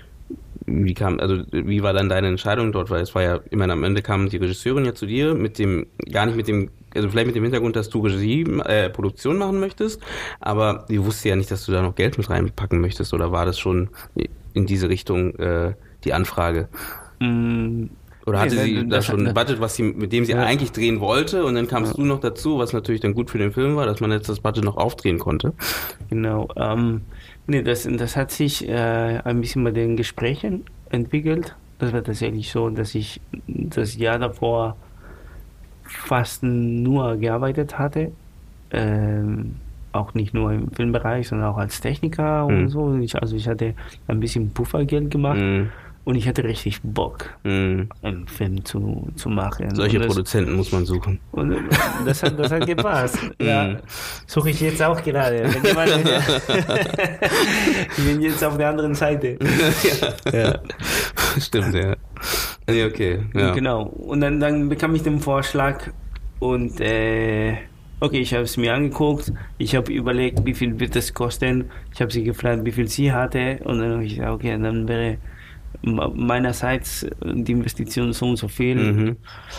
Speaker 1: wie kam, also wie war dann deine Entscheidung dort? Weil es war ja, ich meine, am Ende kam die Regisseurin ja zu dir mit dem, gar nicht mit dem also vielleicht mit dem Hintergrund, dass du Regie, äh, Produktion machen möchtest, aber ich wusste ja nicht, dass du da noch Geld mit reinpacken möchtest, oder war das schon in diese Richtung äh, die Anfrage?
Speaker 2: Mm,
Speaker 1: Oder hatte
Speaker 2: nee,
Speaker 1: sie
Speaker 2: das
Speaker 1: da
Speaker 2: hat-
Speaker 1: schon ein Budget, was sie, mit dem sie
Speaker 2: Ja.
Speaker 1: eigentlich drehen wollte, und dann kamst
Speaker 2: Ja.
Speaker 1: du noch dazu, was natürlich dann gut für den Film war, dass man jetzt das Budget noch aufdrehen konnte?
Speaker 2: Genau. Ähm, nee, das, das hat sich äh, ein bisschen bei den Gesprächen entwickelt. Das war tatsächlich so, dass ich das Jahr davor fast nur gearbeitet hatte. Ähm, auch nicht nur im Filmbereich, sondern auch als Techniker und
Speaker 1: Mhm.
Speaker 2: so. Ich, also ich hatte ein bisschen Puffergeld gemacht
Speaker 1: Mhm.
Speaker 2: und ich hatte richtig Bock,
Speaker 1: Mhm.
Speaker 2: einen Film zu, zu machen.
Speaker 1: Solche
Speaker 2: und das,
Speaker 1: Produzenten muss man suchen.
Speaker 2: und das hat, das hat gepasst.
Speaker 1: Mhm.
Speaker 2: Ja, suche ich jetzt auch gerade. Wenn jemand, ich bin jetzt auf der anderen Seite. Ja.
Speaker 1: Stimmt, ja. Ja, okay. Ja.
Speaker 2: Genau. Und dann, dann bekam ich den Vorschlag und äh, okay, ich habe es mir angeguckt. Ich habe überlegt, wie viel wird es kosten. Ich habe sie gefragt, wie viel sie hatte, und dann habe ich gesagt, okay, dann wäre meinerseits die Investition so und so viel.
Speaker 1: Mhm.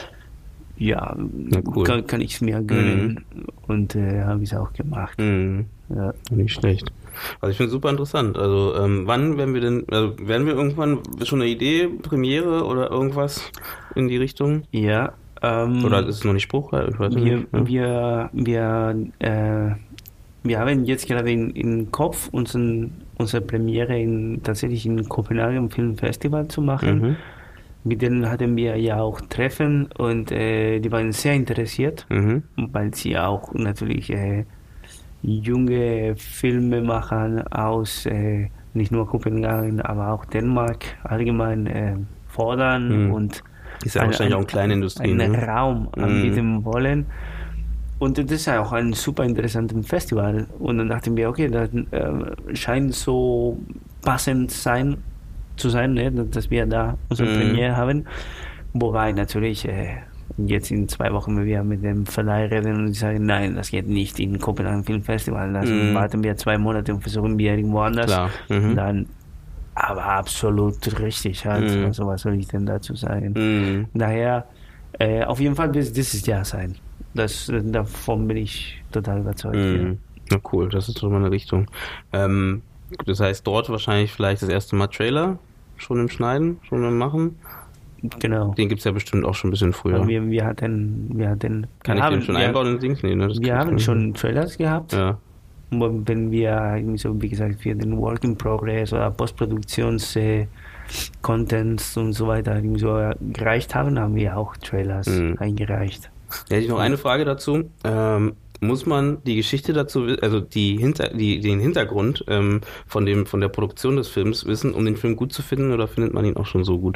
Speaker 2: Ja,
Speaker 1: Na cool.
Speaker 2: kann, kann ich es mir gönnen. Und äh, habe ich es auch gemacht.
Speaker 1: Mhm.
Speaker 2: Ja.
Speaker 1: Nicht schlecht. Also ich finde es super interessant. Also ähm, wann werden wir denn, also werden wir irgendwann schon eine Idee, Premiere oder irgendwas in die Richtung?
Speaker 2: Ja. Ähm,
Speaker 1: Oder ist es noch nicht spruchreif? Ich weiß
Speaker 2: wir,
Speaker 1: nicht. Ja.
Speaker 2: wir, wir, äh, wir haben jetzt gerade in, in Kopf, unseren, unsere Premiere in, tatsächlich in Kopenhagen Film Festival zu machen.
Speaker 1: Mhm.
Speaker 2: Mit denen hatten wir ja auch Treffen, und äh, die waren sehr interessiert,
Speaker 1: Mhm.
Speaker 2: weil sie auch natürlich äh, junge Filmemacher aus äh, nicht nur Kopenhagen, aber auch Dänemark allgemein äh, fordern
Speaker 1: Mhm.
Speaker 2: und
Speaker 1: Ist ja wahrscheinlich auch eine kleine Industrie.
Speaker 2: einen
Speaker 1: Ne?
Speaker 2: Raum
Speaker 1: Mhm.
Speaker 2: anbieten wollen. Und das ist ja auch ein super interessantes Festival. Und dann dachten wir, okay, das äh, scheint so passend sein, zu sein, ne, dass wir da unsere
Speaker 1: Mhm.
Speaker 2: Premiere haben. Wobei natürlich äh, jetzt in zwei Wochen, wenn wir mit dem Verleih reden und die sagen, nein, das geht nicht in Kopenhagen Film Festival, dann
Speaker 1: Mhm.
Speaker 2: warten wir zwei Monate und versuchen wir irgendwo anders.
Speaker 1: Klar. Mhm.
Speaker 2: Dann, aber absolut richtig halt.
Speaker 1: Mhm.
Speaker 2: Also was soll ich denn dazu sagen?
Speaker 1: Mhm.
Speaker 2: Daher, äh, auf jeden Fall wird es dieses Jahr sein. Das, davon bin ich total überzeugt.
Speaker 1: Mhm. Na cool, das ist schon mal eine Richtung. Ähm, das heißt, dort wahrscheinlich vielleicht das erste Mal Trailer schon im Schneiden, schon im Machen.
Speaker 2: Ja. Genau.
Speaker 1: Den gibt's ja bestimmt auch schon ein bisschen früher.
Speaker 2: Wir, wir hatten, wir hatten,
Speaker 1: Kann
Speaker 2: wir
Speaker 1: ich
Speaker 2: haben,
Speaker 1: den schon
Speaker 2: wir,
Speaker 1: einbauen in Dings? Nee, ne? Das
Speaker 2: wir
Speaker 1: kann ich
Speaker 2: haben
Speaker 1: nicht.
Speaker 2: schon Trailers gehabt.
Speaker 1: Ja.
Speaker 2: Und wenn wir irgendwie so, wie gesagt, für den Work in Progress oder Postproduktions äh, Contents und so weiter irgendwie so gereicht haben, haben wir auch Trailers
Speaker 1: Mhm.
Speaker 2: eingereicht.
Speaker 1: Da hätte ich noch eine Frage dazu. Ähm, muss man die Geschichte dazu, wi- also die Hinter, die, den Hintergrund ähm, von dem, von der Produktion des Films wissen, um den Film gut zu finden, oder findet man ihn auch schon so gut?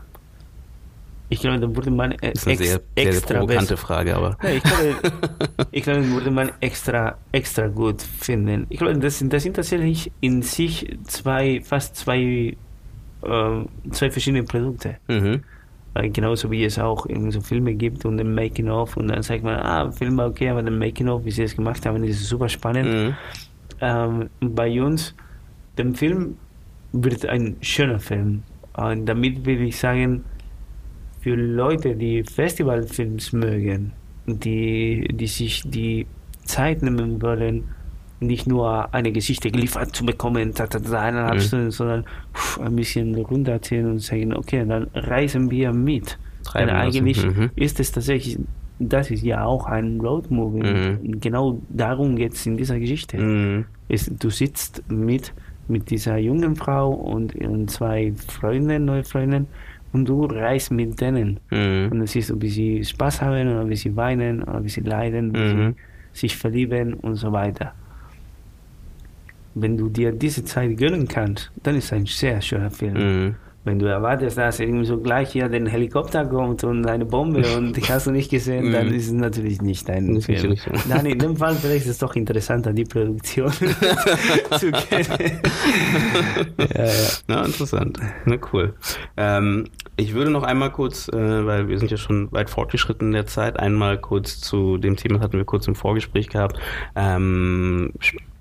Speaker 2: Ich glaube, da wurde man äh,
Speaker 1: Das ist eine
Speaker 2: ex,
Speaker 1: sehr, sehr, sehr
Speaker 2: extra
Speaker 1: provokante
Speaker 2: besser.
Speaker 1: Frage, aber.
Speaker 2: Ja, ich glaube, ich glaube, das würde man extra, extra gut finden. Ich glaube, das sind, das sind tatsächlich in sich zwei, fast zwei, äh, zwei verschiedene Produkte.
Speaker 1: Mhm.
Speaker 2: Weil genauso wie es auch irgendwie so Filme gibt und ein Making-of, und dann sagt man, ah, Film war okay, aber der Making-of, wie sie es gemacht haben, ist super spannend.
Speaker 1: Mhm.
Speaker 2: Ähm, bei uns, der Film wird ein schöner Film. Und damit will ich sagen, für Leute, die Festivalfilms mögen, die, die sich die Zeit nehmen wollen, nicht nur eine Geschichte geliefert zu bekommen, da, da, da, eineinhalb
Speaker 1: Mhm.
Speaker 2: Stunden, sondern pff, ein bisschen runterziehen und sagen, okay, dann reisen wir mit.
Speaker 1: Treiben
Speaker 2: Denn
Speaker 1: lassen.
Speaker 2: eigentlich
Speaker 1: Mhm.
Speaker 2: ist es tatsächlich, das ist ja auch ein Roadmovie.
Speaker 1: Mhm.
Speaker 2: Und genau darum geht es in dieser Geschichte.
Speaker 1: Mhm.
Speaker 2: Ist, du sitzt mit, mit dieser jungen Frau und ihren zwei Freunden, neue Freunden, und du reist mit denen.
Speaker 1: Mhm.
Speaker 2: Und du siehst, ob sie Spaß haben oder wie sie weinen oder wie sie leiden, wie
Speaker 1: Mhm.
Speaker 2: sie sich verlieben und so weiter. Wenn du dir diese Zeit gönnen kannst, dann ist es ein sehr schöner Film.
Speaker 1: Mhm.
Speaker 2: Wenn du erwartest, dass irgendwie so gleich hier den Helikopter kommt und eine Bombe und die hast du nicht gesehen, dann
Speaker 1: Mhm.
Speaker 2: ist es natürlich nicht dein
Speaker 1: Nicht
Speaker 2: Film.
Speaker 1: richtig, ja.
Speaker 2: Nein, in dem Fall vielleicht ist es doch interessanter, die Produktion zu kennen. Ja, ja.
Speaker 1: Na, interessant. Na, cool. Ähm, ich würde noch einmal kurz, äh, weil wir sind ja schon weit fortgeschritten in der Zeit, einmal kurz zu dem Thema, das hatten wir kurz im Vorgespräch gehabt. Ähm,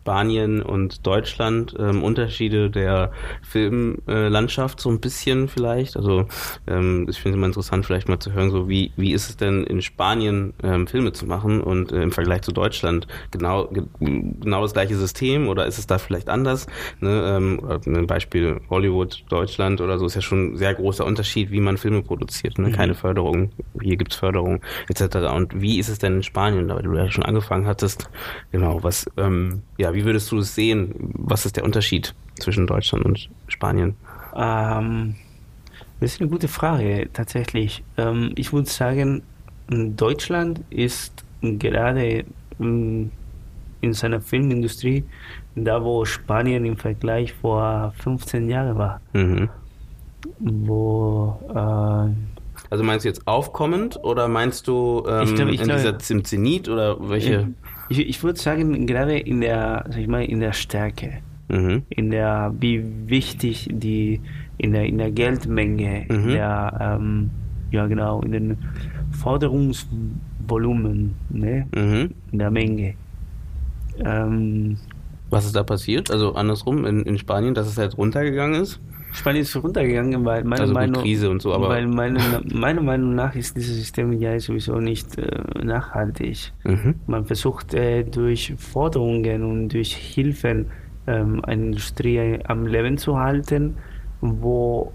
Speaker 1: Spanien und Deutschland, ähm, Unterschiede der Filmlandschaft so ein bisschen vielleicht. Also ähm, ich finde es immer interessant, vielleicht mal zu hören, so wie wie ist es denn in Spanien ähm, Filme zu machen und äh, im Vergleich zu Deutschland genau ge- genau das gleiche System oder ist es da vielleicht anders? Ne? Ähm, ein Beispiel Hollywood, Deutschland oder so ist ja schon ein sehr großer Unterschied, wie man Filme produziert. Ne? Mhm. Keine Förderung, hier gibt's Förderung et cetera. Und wie ist es denn in Spanien, weil du ja schon angefangen hattest? Genau, was, ähm, ja, wie würdest du es sehen? Was ist der Unterschied zwischen Deutschland und Spanien?
Speaker 2: Ähm, das ist eine gute Frage, tatsächlich. Ähm, ich würde sagen, Deutschland ist gerade ähm, in seiner Filmindustrie da, wo Spanien im Vergleich vor fünfzehn Jahren war.
Speaker 1: Mhm.
Speaker 2: Wo, äh,
Speaker 1: also meinst du jetzt aufkommend oder meinst du ähm, ich glaub, ich in glaub, dieser im Zenit oder welche?
Speaker 2: Ich, ich würde sagen, gerade in der, sag ich mal, in der Stärke, mhm. in der, wie wichtig die, in der, in der Geldmenge, mhm. in der, ähm, ja genau, in den Forderungsvolumen, ne, mhm. in der Menge. Ähm,
Speaker 1: Was ist da passiert? Also andersrum in, in Spanien, dass es halt runtergegangen ist?
Speaker 2: Spanien ist runtergegangen, weil meine
Speaker 1: also
Speaker 2: Meinung,
Speaker 1: Krise und so, aber
Speaker 2: weil meine, meiner Meinung nach ist dieses System ja sowieso nicht äh, nachhaltig. Mhm. Man versucht äh, durch Forderungen und durch Hilfen ähm, eine Industrie am Leben zu halten, wo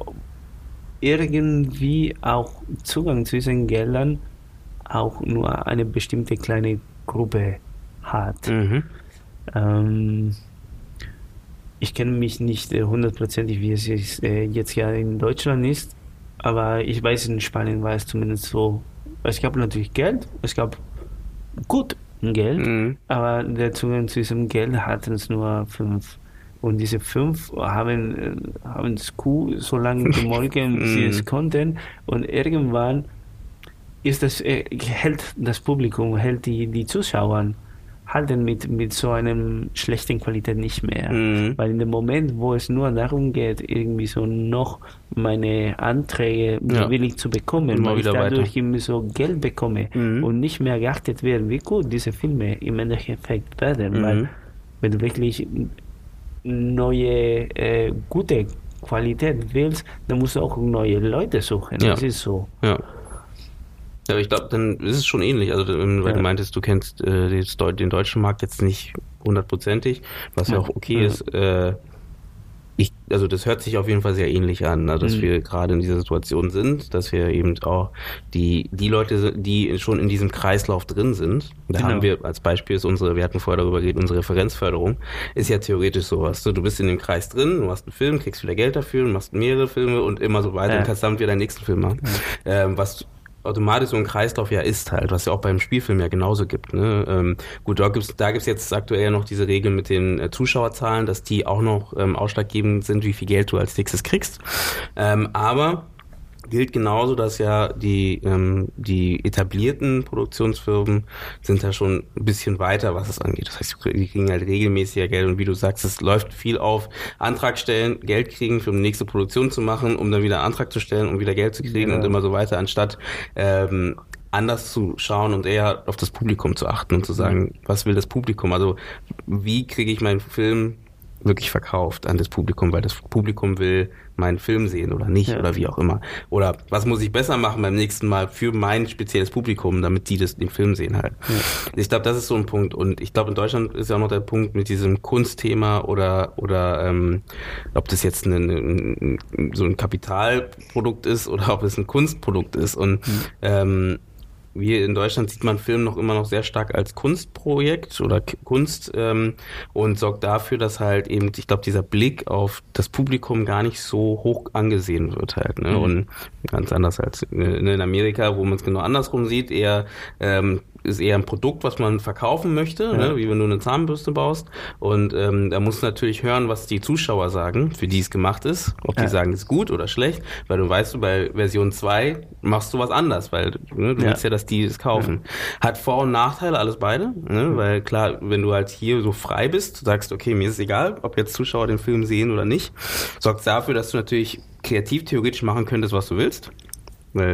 Speaker 2: irgendwie auch Zugang zu diesen Geldern auch nur eine bestimmte kleine Gruppe hat. Mhm. Ähm, Ich kenne mich nicht hundertprozentig, wie es jetzt, äh, jetzt ja in Deutschland ist, aber ich weiß, in Spanien war es zumindest so. Es gab natürlich Geld, es gab gut Geld, mhm. aber der Zugang zu diesem Geld hatten es nur fünf. Und diese fünf haben, haben das Kuh so lange gemolken, wie sie es konnten. Und irgendwann ist das, äh, hält das Publikum, hält die, die Zuschauer halten mit, mit so einem schlechten Qualität nicht mehr. Mhm. Weil in dem Moment, wo es nur darum geht, irgendwie so noch meine Anträge ja. willig zu bekommen, Immer weil ich dadurch weiter. irgendwie so Geld bekomme mhm. und nicht mehr geachtet wird, wie gut diese Filme im Endeffekt werden. Mhm. Weil wenn du wirklich neue, äh, gute Qualität willst, dann musst du auch neue Leute suchen.
Speaker 1: Ja.
Speaker 2: Das ist so.
Speaker 1: Ja. Ja, aber ich glaube, dann ist es schon ähnlich. Also, weil ja. du meintest, du kennst äh, den deutschen Markt jetzt nicht hundertprozentig, was ja, ja auch okay ja. ist. Äh, ich, also, das hört sich auf jeden Fall sehr ähnlich an, ne, dass mhm. wir gerade in dieser Situation sind, dass wir eben auch die, die Leute, die schon in diesem Kreislauf drin sind, da genau. haben wir als Beispiel, ist unsere, wir hatten vorher darüber geredet, unsere Referenzförderung, ist ja theoretisch sowas. Du bist in dem Kreis drin, du machst einen Film, kriegst wieder Geld dafür, machst mehrere Filme und immer so weiter ja. und kannst damit wieder deinen nächsten Film machen. Ja. Ähm, was automatisch so ein Kreislauf ja ist halt, was ja auch beim Spielfilm ja genauso gibt. Ne? Ähm, gut, da gibt's da gibt's jetzt aktuell noch diese Regel mit den äh, Zuschauerzahlen, dass die auch noch ähm, ausschlaggebend sind, wie viel Geld du als nächstes kriegst. Ähm, aber gilt genauso, dass ja die ähm, die etablierten Produktionsfirmen sind da schon ein bisschen weiter, was es angeht. Das heißt, die kriegen halt regelmäßiger Geld und wie du sagst, es läuft viel auf Antrag stellen, Geld kriegen, für eine nächste Produktion zu machen, um dann wieder einen Antrag zu stellen, um wieder Geld zu kriegen ja. und immer so weiter, anstatt ähm, anders zu schauen und eher auf das Publikum zu achten und zu sagen, was will das Publikum? Also wie kriege ich meinen Film wirklich verkauft an das Publikum, weil das Publikum will meinen Film sehen oder nicht ja. oder wie auch immer. Oder was muss ich besser machen beim nächsten Mal für mein spezielles Publikum, damit die das den Film sehen halt. Ja. Ich glaube, das ist so ein Punkt. Und ich glaube, in Deutschland ist ja auch noch der Punkt mit diesem Kunstthema oder oder ähm, ob das jetzt ein, ein, so ein Kapitalprodukt ist oder ob es ein Kunstprodukt ist. Und mhm. ähm, wir in Deutschland sieht man Film noch immer noch sehr stark als Kunstprojekt oder K- Kunst ähm, und sorgt dafür, dass halt eben, ich glaube, dieser Blick auf das Publikum gar nicht so hoch angesehen wird halt. Ne? Mhm. Und ganz anders als in, in Amerika, wo man es genau andersrum sieht, eher ähm, ist eher ein Produkt, was man verkaufen möchte, ja. ne? Wie wenn du eine Zahnbürste baust. Und ähm, da musst du natürlich hören, was die Zuschauer sagen, für die es gemacht ist. Ob die ja. sagen, es ist gut oder schlecht. Weil du weißt, du bei Version zwei machst du was anders, weil ne, du ja. willst ja, dass die es kaufen. Ja. Hat Vor- und Nachteile, alles beide. Ne? Mhm. Weil klar, wenn du halt hier so frei bist, sagst, okay, mir ist es egal, ob jetzt Zuschauer den Film sehen oder nicht, sorgt dafür, dass du natürlich kreativ theoretisch machen könntest, was du willst. Weil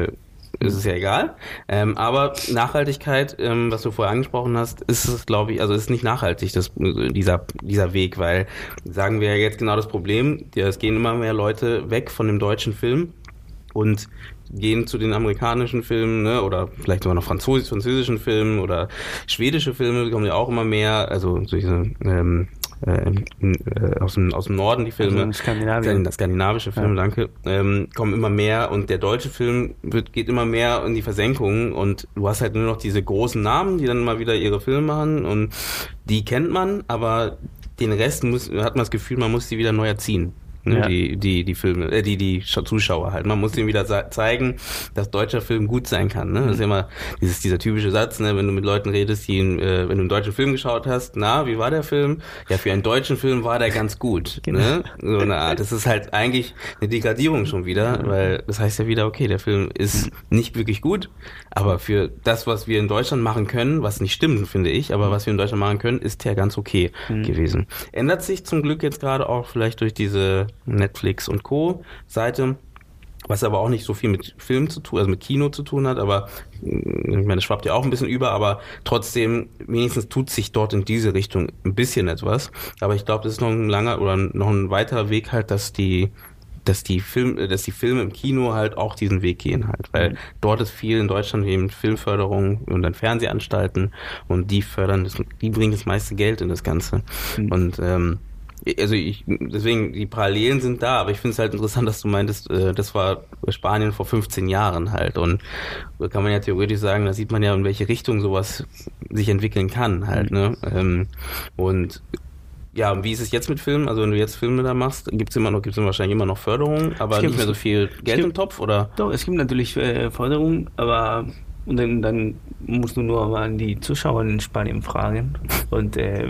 Speaker 1: ist es ja egal. Ähm, aber Nachhaltigkeit, ähm, was du vorher angesprochen hast, ist es, glaube ich, also ist nicht nachhaltig, das, dieser, dieser Weg, weil, sagen wir ja jetzt genau das Problem, es gehen immer mehr Leute weg von dem deutschen Film und gehen zu den amerikanischen Filmen, ne, oder vielleicht sogar noch französisch, französischen Filmen oder schwedische Filme, kommen ja auch immer mehr, also diese, ähm, Äh, äh, aus, dem, aus dem Norden die Filme,
Speaker 2: also Skandinavien.
Speaker 1: das skandinavische Film, ja. danke, ähm, kommen immer mehr und der deutsche Film wird, geht immer mehr in die Versenkung und du hast halt nur noch diese großen Namen, die dann mal wieder ihre Filme machen und die kennt man, aber den Rest muss, hat man das Gefühl, man muss die wieder neu erziehen. Ne, ja. die, die, die Filme, äh, die, die Zuschauer halt. Man muss ihnen wieder sa- zeigen, dass deutscher Film gut sein kann, ne? Das ist ja immer dieses, dieser typische Satz, ne? Wenn du mit Leuten redest, die, äh, wenn du einen deutschen Film geschaut hast, na, wie war der Film? Ja, für einen deutschen Film war der ganz gut, genau. Ne? So eine Art. Das ist halt eigentlich eine Degradierung schon wieder, weil das heißt ja wieder, okay, der Film ist nicht wirklich gut, aber für das, was wir in Deutschland machen können, was nicht stimmt, finde ich, aber was wir in Deutschland machen können, ist ja ganz okay mhm. gewesen. Ändert sich zum Glück jetzt gerade auch vielleicht durch diese Netflix und Co. Seite, was aber auch nicht so viel mit Film zu tun, also mit Kino zu tun hat, aber ich meine, das schwappt ja auch ein bisschen über, aber trotzdem, wenigstens tut sich dort in diese Richtung ein bisschen etwas. Aber ich glaube, das ist noch ein langer oder noch ein weiterer Weg halt, dass die dass die Film, dass die Filme im Kino halt auch diesen Weg gehen halt, weil mhm. dort ist viel in Deutschland eben Filmförderung und dann Fernsehanstalten und die fördern, das, die bringen das meiste Geld in das Ganze mhm. und ähm, also ich, deswegen, die Parallelen sind da, aber ich finde es halt interessant, dass du meintest, äh, das war Spanien vor fünfzehn Jahren halt und da kann man ja theoretisch sagen, da sieht man ja, in welche Richtung sowas sich entwickeln kann halt, mhm. ne, ähm, und ja, und wie ist es jetzt mit Filmen? Also wenn du jetzt Filme da machst, gibt's immer noch, gibt's wahrscheinlich immer noch Förderung, aber nicht mehr so viel Geld im Topf, oder?
Speaker 2: Doch, es gibt natürlich äh, Förderung, aber und dann, dann musst du nur mal die Zuschauer in Spanien fragen und äh,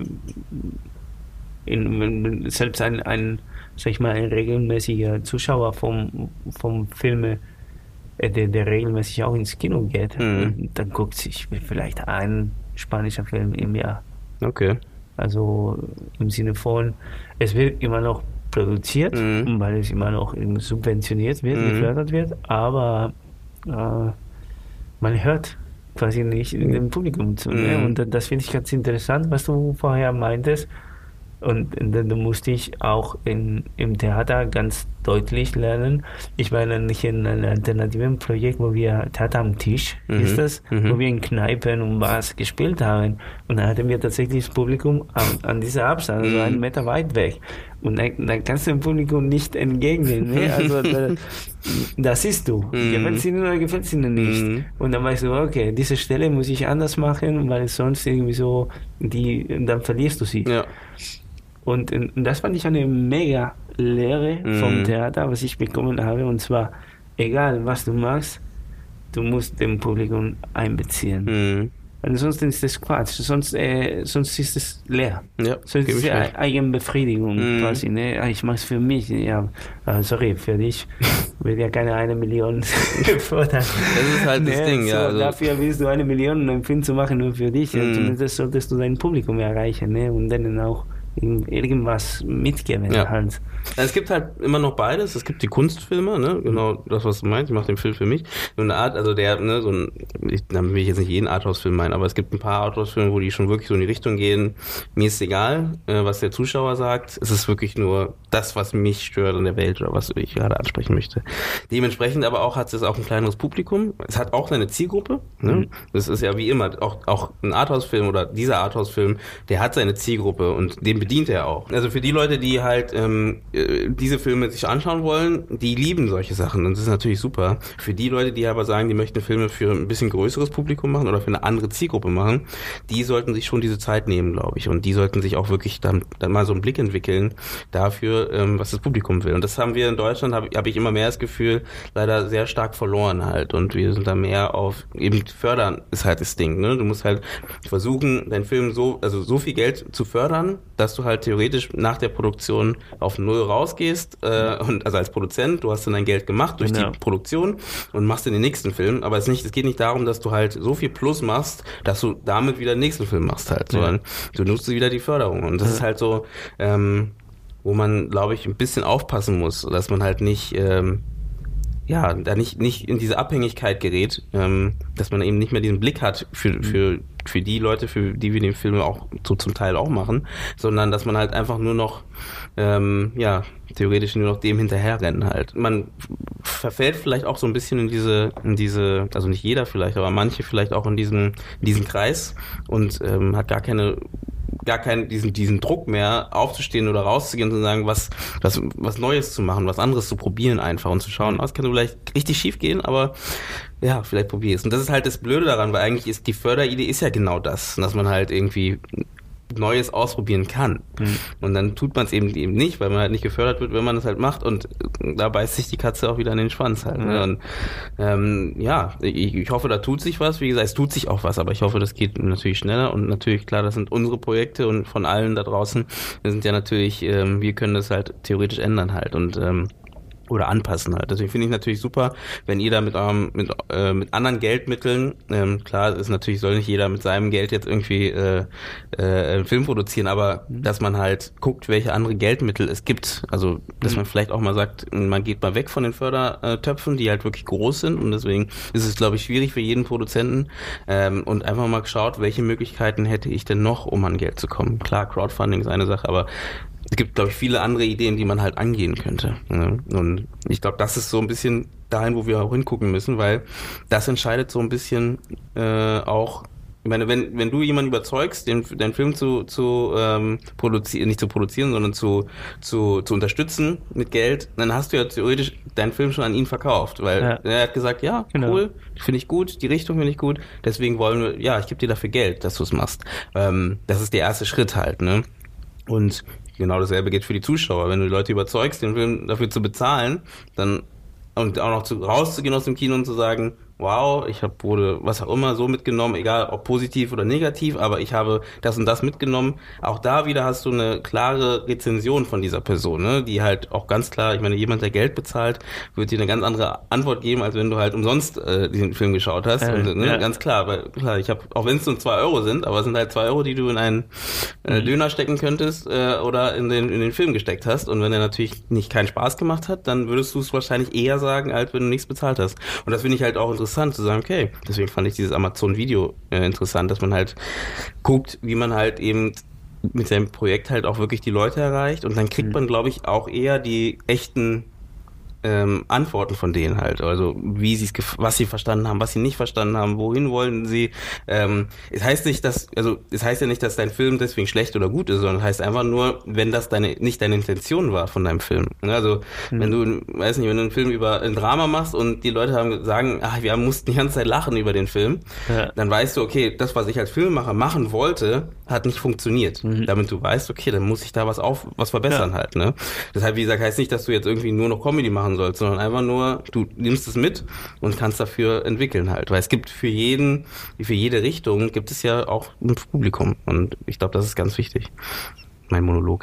Speaker 2: In, wenn selbst ein, ein, sag ich mal, ein regelmäßiger Zuschauer vom, vom Filme, äh, der, der regelmäßig auch ins Kino geht, mhm. dann guckt sich vielleicht ein spanischer Film im Jahr.
Speaker 1: Okay.
Speaker 2: Also im Sinne von, es wird immer noch produziert, mhm. weil es immer noch subventioniert wird, mhm. gefördert wird, aber äh, man hört quasi nicht in dem Publikum zu. Mhm. Ne? Und das finde ich ganz interessant, was du vorher meintest. Und dann musste ich auch in, im Theater ganz deutlich lernen. Ich war dann nicht in einem alternativen Projekt, wo wir Theater am Tisch, mhm. ist das, mhm. wo wir in Kneipen und Bars gespielt haben. Und dann hatten wir tatsächlich das Publikum an, an dieser Abstand, also einen Meter weit weg. Und dann, dann kannst du dem Publikum nicht entgegnen. Ne? Also da, das siehst du. Mhm. Gefällt es ihnen oder gefällt es ihnen nicht? Mhm. Und dann weißt du, okay, diese Stelle muss ich anders machen, weil sonst irgendwie so, die, dann verlierst du sie. Ja. Und, und das fand ich eine mega Lehre mm. vom Theater, was ich bekommen habe. Und zwar, egal was du machst, du musst dem Publikum einbeziehen. Mm. Ansonsten ist das Quatsch, sonst, äh, sonst ist es leer. Ja, sonst ist es Eigenbefriedigung mm. quasi. Ne? Ich mach's für mich. Ja, sorry, für dich will ja keine eine Million fordern. Das
Speaker 1: ist halt ne? das Ding,
Speaker 2: so,
Speaker 1: ja. Also
Speaker 2: dafür willst du eine Million, um einen Film zu machen, nur für dich. Mm. Ja, zumindest solltest du dein Publikum erreichen, ne? Und dann auch irgendwas mitgeben
Speaker 1: ja.
Speaker 2: halt.
Speaker 1: Es gibt halt immer noch beides. Es gibt die Kunstfilme, ne, genau das, was du meinst. Ich mache den Film für mich. So eine Art, also der, ne, so ein, ich, damit will ich jetzt nicht jeden Arthouse-Film meinen, aber es gibt ein paar Arthouse-Filme, wo die schon wirklich so in die Richtung gehen. Mir ist egal, äh, was der Zuschauer sagt. Es ist wirklich nur das, was mich stört in der Welt oder was ich gerade ansprechen möchte. Dementsprechend aber auch hat es auch ein kleineres Publikum. Es hat auch seine Zielgruppe. Ne? Mhm. Das ist ja wie immer, auch, auch ein Arthouse-Film oder dieser Arthouse-Film, der hat seine Zielgruppe und den bedient er auch. Also für die Leute, die halt ähm, diese Filme sich anschauen wollen, die lieben solche Sachen und das ist natürlich super. Für die Leute, die aber sagen, die möchten Filme für ein bisschen größeres Publikum machen oder für eine andere Zielgruppe machen, die sollten sich schon diese Zeit nehmen, glaube ich. Und die sollten sich auch wirklich dann, dann mal so einen Blick entwickeln dafür, ähm, was das Publikum will. Und das haben wir in Deutschland, habe hab ich immer mehr das Gefühl, leider sehr stark verloren halt. Und wir sind da mehr auf, eben fördern ist halt das Ding, ne? Du musst halt versuchen, deinen Film so, also so viel Geld zu fördern, dass du halt theoretisch nach der Produktion auf Null rausgehst, äh, und also als Produzent, du hast dann dein Geld gemacht durch genau. die Produktion und machst dann den nächsten Film, aber es nicht, es geht nicht darum, dass du halt so viel Plus machst, dass du damit wieder den nächsten Film machst halt, sondern ja. du nutzt wieder die Förderung und das ja. ist halt so, ähm, wo man, glaube ich, ein bisschen aufpassen muss, dass man halt nicht ähm, ja, da nicht, nicht in diese Abhängigkeit gerät, ähm, dass man eben nicht mehr diesen Blick hat für, für, für die Leute, für die wir den Film auch so zum Teil auch machen, sondern dass man halt einfach nur noch, ähm, ja, theoretisch nur noch dem hinterherrennen halt. Man verfällt vielleicht auch so ein bisschen in diese, in diese, also nicht jeder vielleicht, aber manche vielleicht auch in diesen, in diesen Kreis und ähm, hat gar keine gar keinen diesen diesen Druck mehr aufzustehen oder rauszugehen und zu sagen, was was was Neues zu machen, was anderes zu probieren einfach und zu schauen, was kann vielleicht richtig schief gehen, aber ja, vielleicht probier es. Und das ist halt das Blöde daran, weil eigentlich ist die Förderidee ist ja genau das, dass man halt irgendwie Neues ausprobieren kann. Mhm. Und dann tut man es eben eben nicht, weil man halt nicht gefördert wird, wenn man es halt macht und da beißt sich die Katze auch wieder in den Schwanz halt. Mhm. Ne? Und ähm, ja, ich, ich hoffe, da tut sich was. Wie gesagt, es tut sich auch was, aber ich hoffe, das geht natürlich schneller und natürlich, klar, das sind unsere Projekte und von allen da draußen, wir sind ja natürlich, ähm, wir können das halt theoretisch ändern halt und ähm, oder anpassen halt. Deswegen finde ich natürlich super, wenn ihr da mit eurem, mit, äh, mit anderen Geldmitteln, ähm, klar, ist natürlich, soll nicht jeder mit seinem Geld jetzt irgendwie äh, äh, einen Film produzieren, aber mhm. dass man halt guckt, welche andere Geldmittel es gibt. Also, dass mhm. man vielleicht auch mal sagt, man geht mal weg von den Fördertöpfen, die halt wirklich groß sind und deswegen ist es, glaube ich, schwierig für jeden Produzenten ähm, und einfach mal geschaut, welche Möglichkeiten hätte ich denn noch, um an Geld zu kommen. Klar, Crowdfunding ist eine Sache, aber es gibt, glaube ich, viele andere Ideen, die man halt angehen könnte. Und ich glaube, das ist so ein bisschen dahin, wo wir auch hingucken müssen, weil das entscheidet so ein bisschen äh, auch, ich meine, wenn wenn du jemanden überzeugst, den deinen Film zu zu ähm, produzieren, nicht zu produzieren, sondern zu zu zu unterstützen mit Geld, dann hast du ja theoretisch deinen Film schon an ihn verkauft, weil ja. er hat gesagt, ja, genau. Cool, finde ich gut, die Richtung finde ich gut, deswegen wollen wir, ja, ich gebe dir dafür Geld, dass du es machst. Ähm, das ist der erste Schritt halt, ne? Und genau dasselbe geht für die Zuschauer. Wenn du die Leute überzeugst, den Film dafür zu bezahlen, dann und auch noch zu, rauszugehen aus dem Kino und zu sagen, wow, ich habe wurde was auch immer so mitgenommen, egal ob positiv oder negativ, aber ich habe das und das mitgenommen. Auch da wieder hast du eine klare Rezension von dieser Person, ne, die halt auch ganz klar, ich meine, jemand, der Geld bezahlt, wird dir eine ganz andere Antwort geben, als wenn du halt umsonst äh, diesen Film geschaut hast. Äh, und, ne, ja. Ganz klar, weil klar, ich habe, auch wenn es nur zwei Euro sind, aber es sind halt zwei Euro, die du in einen äh, Döner stecken könntest äh, oder in den in den Film gesteckt hast. Und wenn er natürlich nicht keinen Spaß gemacht hat, dann würdest du es wahrscheinlich eher sagen, als wenn du nichts bezahlt hast. Und das finde ich halt auch interessant. Interessant zu sagen, okay, deswegen fand ich dieses Amazon-Video äh, interessant, dass man halt guckt, wie man halt eben mit seinem Projekt halt auch wirklich die Leute erreicht und dann kriegt mhm. man, glaube ich, auch eher die echten ähm, Antworten von denen halt, also wie sie es, was sie verstanden haben, was sie nicht verstanden haben, wohin wollen sie. Ähm, es heißt nicht, dass, also es heißt ja nicht, dass dein Film deswegen schlecht oder gut ist, sondern es heißt einfach nur, wenn das deine nicht deine Intention war von deinem Film. Also mhm. wenn du, weiß nicht, wenn du einen Film über ein Drama machst und die Leute haben sagen, ach, wir mussten die ganze Zeit lachen über den Film, ja. dann weißt du, okay, das, was ich als Filmemacher machen wollte, hat nicht funktioniert. Mhm. Damit du weißt, okay, dann muss ich da was auf, was verbessern ja. halt. Ne? Deshalb, wie gesagt, heißt nicht, dass du jetzt irgendwie nur noch Comedy machen sollst, sondern einfach nur, du nimmst es mit und kannst dafür entwickeln halt. Weil es gibt für jeden, für jede Richtung gibt es ja auch ein Publikum. Und ich glaube, das ist ganz wichtig. Mein Monolog.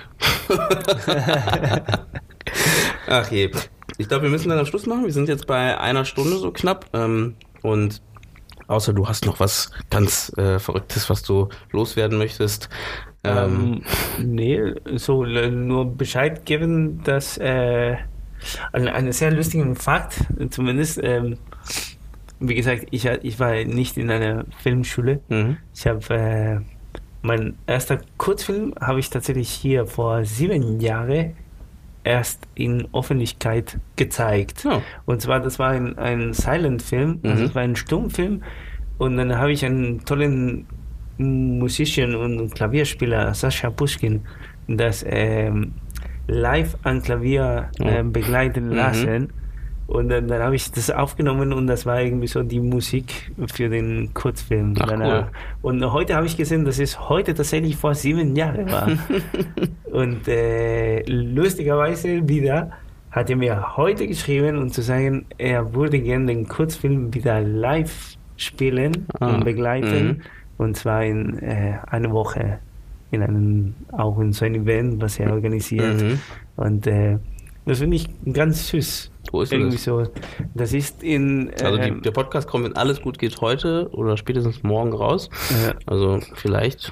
Speaker 1: Ach je. Ich glaube, wir müssen dann am Schluss machen. Wir sind jetzt bei einer Stunde so knapp. Ähm, und außer du hast noch was ganz äh, Verrücktes, was du loswerden möchtest.
Speaker 2: Ähm, ähm, nee, so nur Bescheid geben, dass äh, also einen sehr lustigen Fakt, zumindest, ähm, wie gesagt, ich, ich war nicht in einer Filmschule. Mhm. Ich habe äh, mein erster Kurzfilm habe ich tatsächlich hier vor sieben Jahren erst in Öffentlichkeit gezeigt. Oh. Und zwar, das war ein, ein Silent-Film, mhm. also es war ein Stummfilm. Und dann habe ich einen tollen Musician und Klavierspieler, Sascha Pushkin, das ähm, live an Klavier äh, begleiten lassen. Mhm. Und dann, dann habe ich das aufgenommen und das war irgendwie so die Musik für den Kurzfilm. Ach, cool. Und heute habe ich gesehen, dass es heute tatsächlich vor sieben Jahren war. Und äh, lustigerweise wieder hat er mir heute geschrieben, um zu sagen, er würde gerne den Kurzfilm wieder live spielen ah. und begleiten. Mhm. Und zwar in äh, einer Woche in einem, auch in so einem Event, was er organisiert. Mhm. Und äh, das finde ich ganz süß.
Speaker 1: Wo ist
Speaker 2: irgendwie
Speaker 1: das?
Speaker 2: So. Das ist in. Äh,
Speaker 1: also die, der Podcast kommt, wenn alles gut geht, heute oder spätestens morgen raus. Ja. Also vielleicht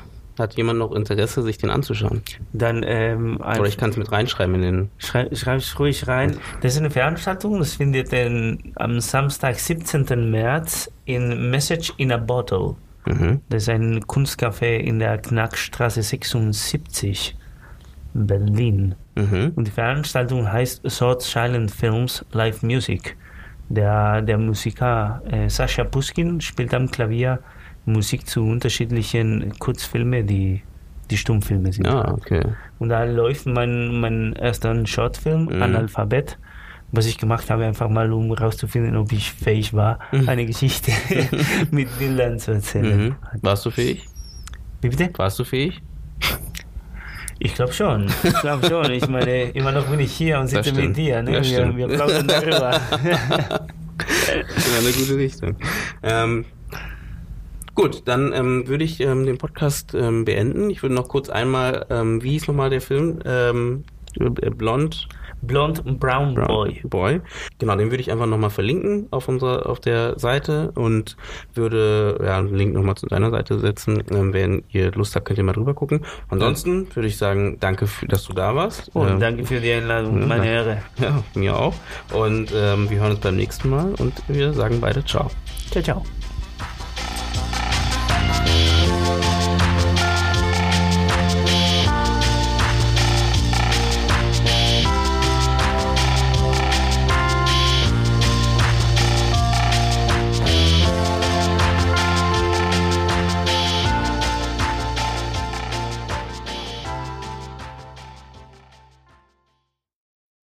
Speaker 1: hat jemand noch Interesse, sich den anzuschauen?
Speaker 2: Dann, ähm,
Speaker 1: Oder ich kann es mit reinschreiben in den...
Speaker 2: Schrei, schreib's ruhig rein. Das ist eine Veranstaltung, das findet den, am Samstag, siebzehnten März in Message in a Bottle.
Speaker 1: Mhm.
Speaker 2: Das ist ein Kunstcafé in der Knackstraße sechsundsiebzig, Berlin.
Speaker 1: Mhm.
Speaker 2: Und die Veranstaltung heißt Sword Silent Films Live Music. Der, der Musiker äh, Sascha Puskin spielt am Klavier Musik zu unterschiedlichen Kurzfilmen, die, die Stummfilme sind.
Speaker 1: Ah, okay.
Speaker 2: Und da läuft mein, mein erster Shortfilm,
Speaker 1: Mhm.
Speaker 2: Analphabet, was ich gemacht habe, einfach mal, um herauszufinden, ob ich fähig war,
Speaker 1: Mhm.
Speaker 2: eine Geschichte mit Bildern zu erzählen.
Speaker 1: Mhm. Warst du fähig?
Speaker 2: Wie bitte?
Speaker 1: Warst du fähig?
Speaker 2: Ich glaube schon. Ich glaube schon. Ich meine, immer noch bin ich hier und sitze mit dir. Ne?
Speaker 1: Das
Speaker 2: Wir,
Speaker 1: stimmt.
Speaker 2: wir plaudern darüber.
Speaker 1: In eine gute Richtung. Ähm, gut, dann ähm, würde ich ähm, den Podcast ähm, beenden. Ich würde noch kurz einmal, ähm, wie hieß nochmal der Film? Ähm, Blond...
Speaker 2: Blond Brown Boy.
Speaker 1: Boy. Genau, den würde ich einfach nochmal verlinken auf unserer, auf der Seite und würde ja einen Link nochmal zu deiner Seite setzen. Ähm, wenn ihr Lust habt, könnt ihr mal drüber gucken. Ansonsten würde ich sagen, danke, für, dass du da warst.
Speaker 2: Und
Speaker 1: ähm,
Speaker 2: danke für die Einladung,
Speaker 1: ja,
Speaker 2: meine
Speaker 1: danke.
Speaker 2: Ehre.
Speaker 1: Ja, mir auch. Und ähm, wir hören uns beim nächsten Mal und wir sagen beide ciao.
Speaker 2: Ciao, ciao.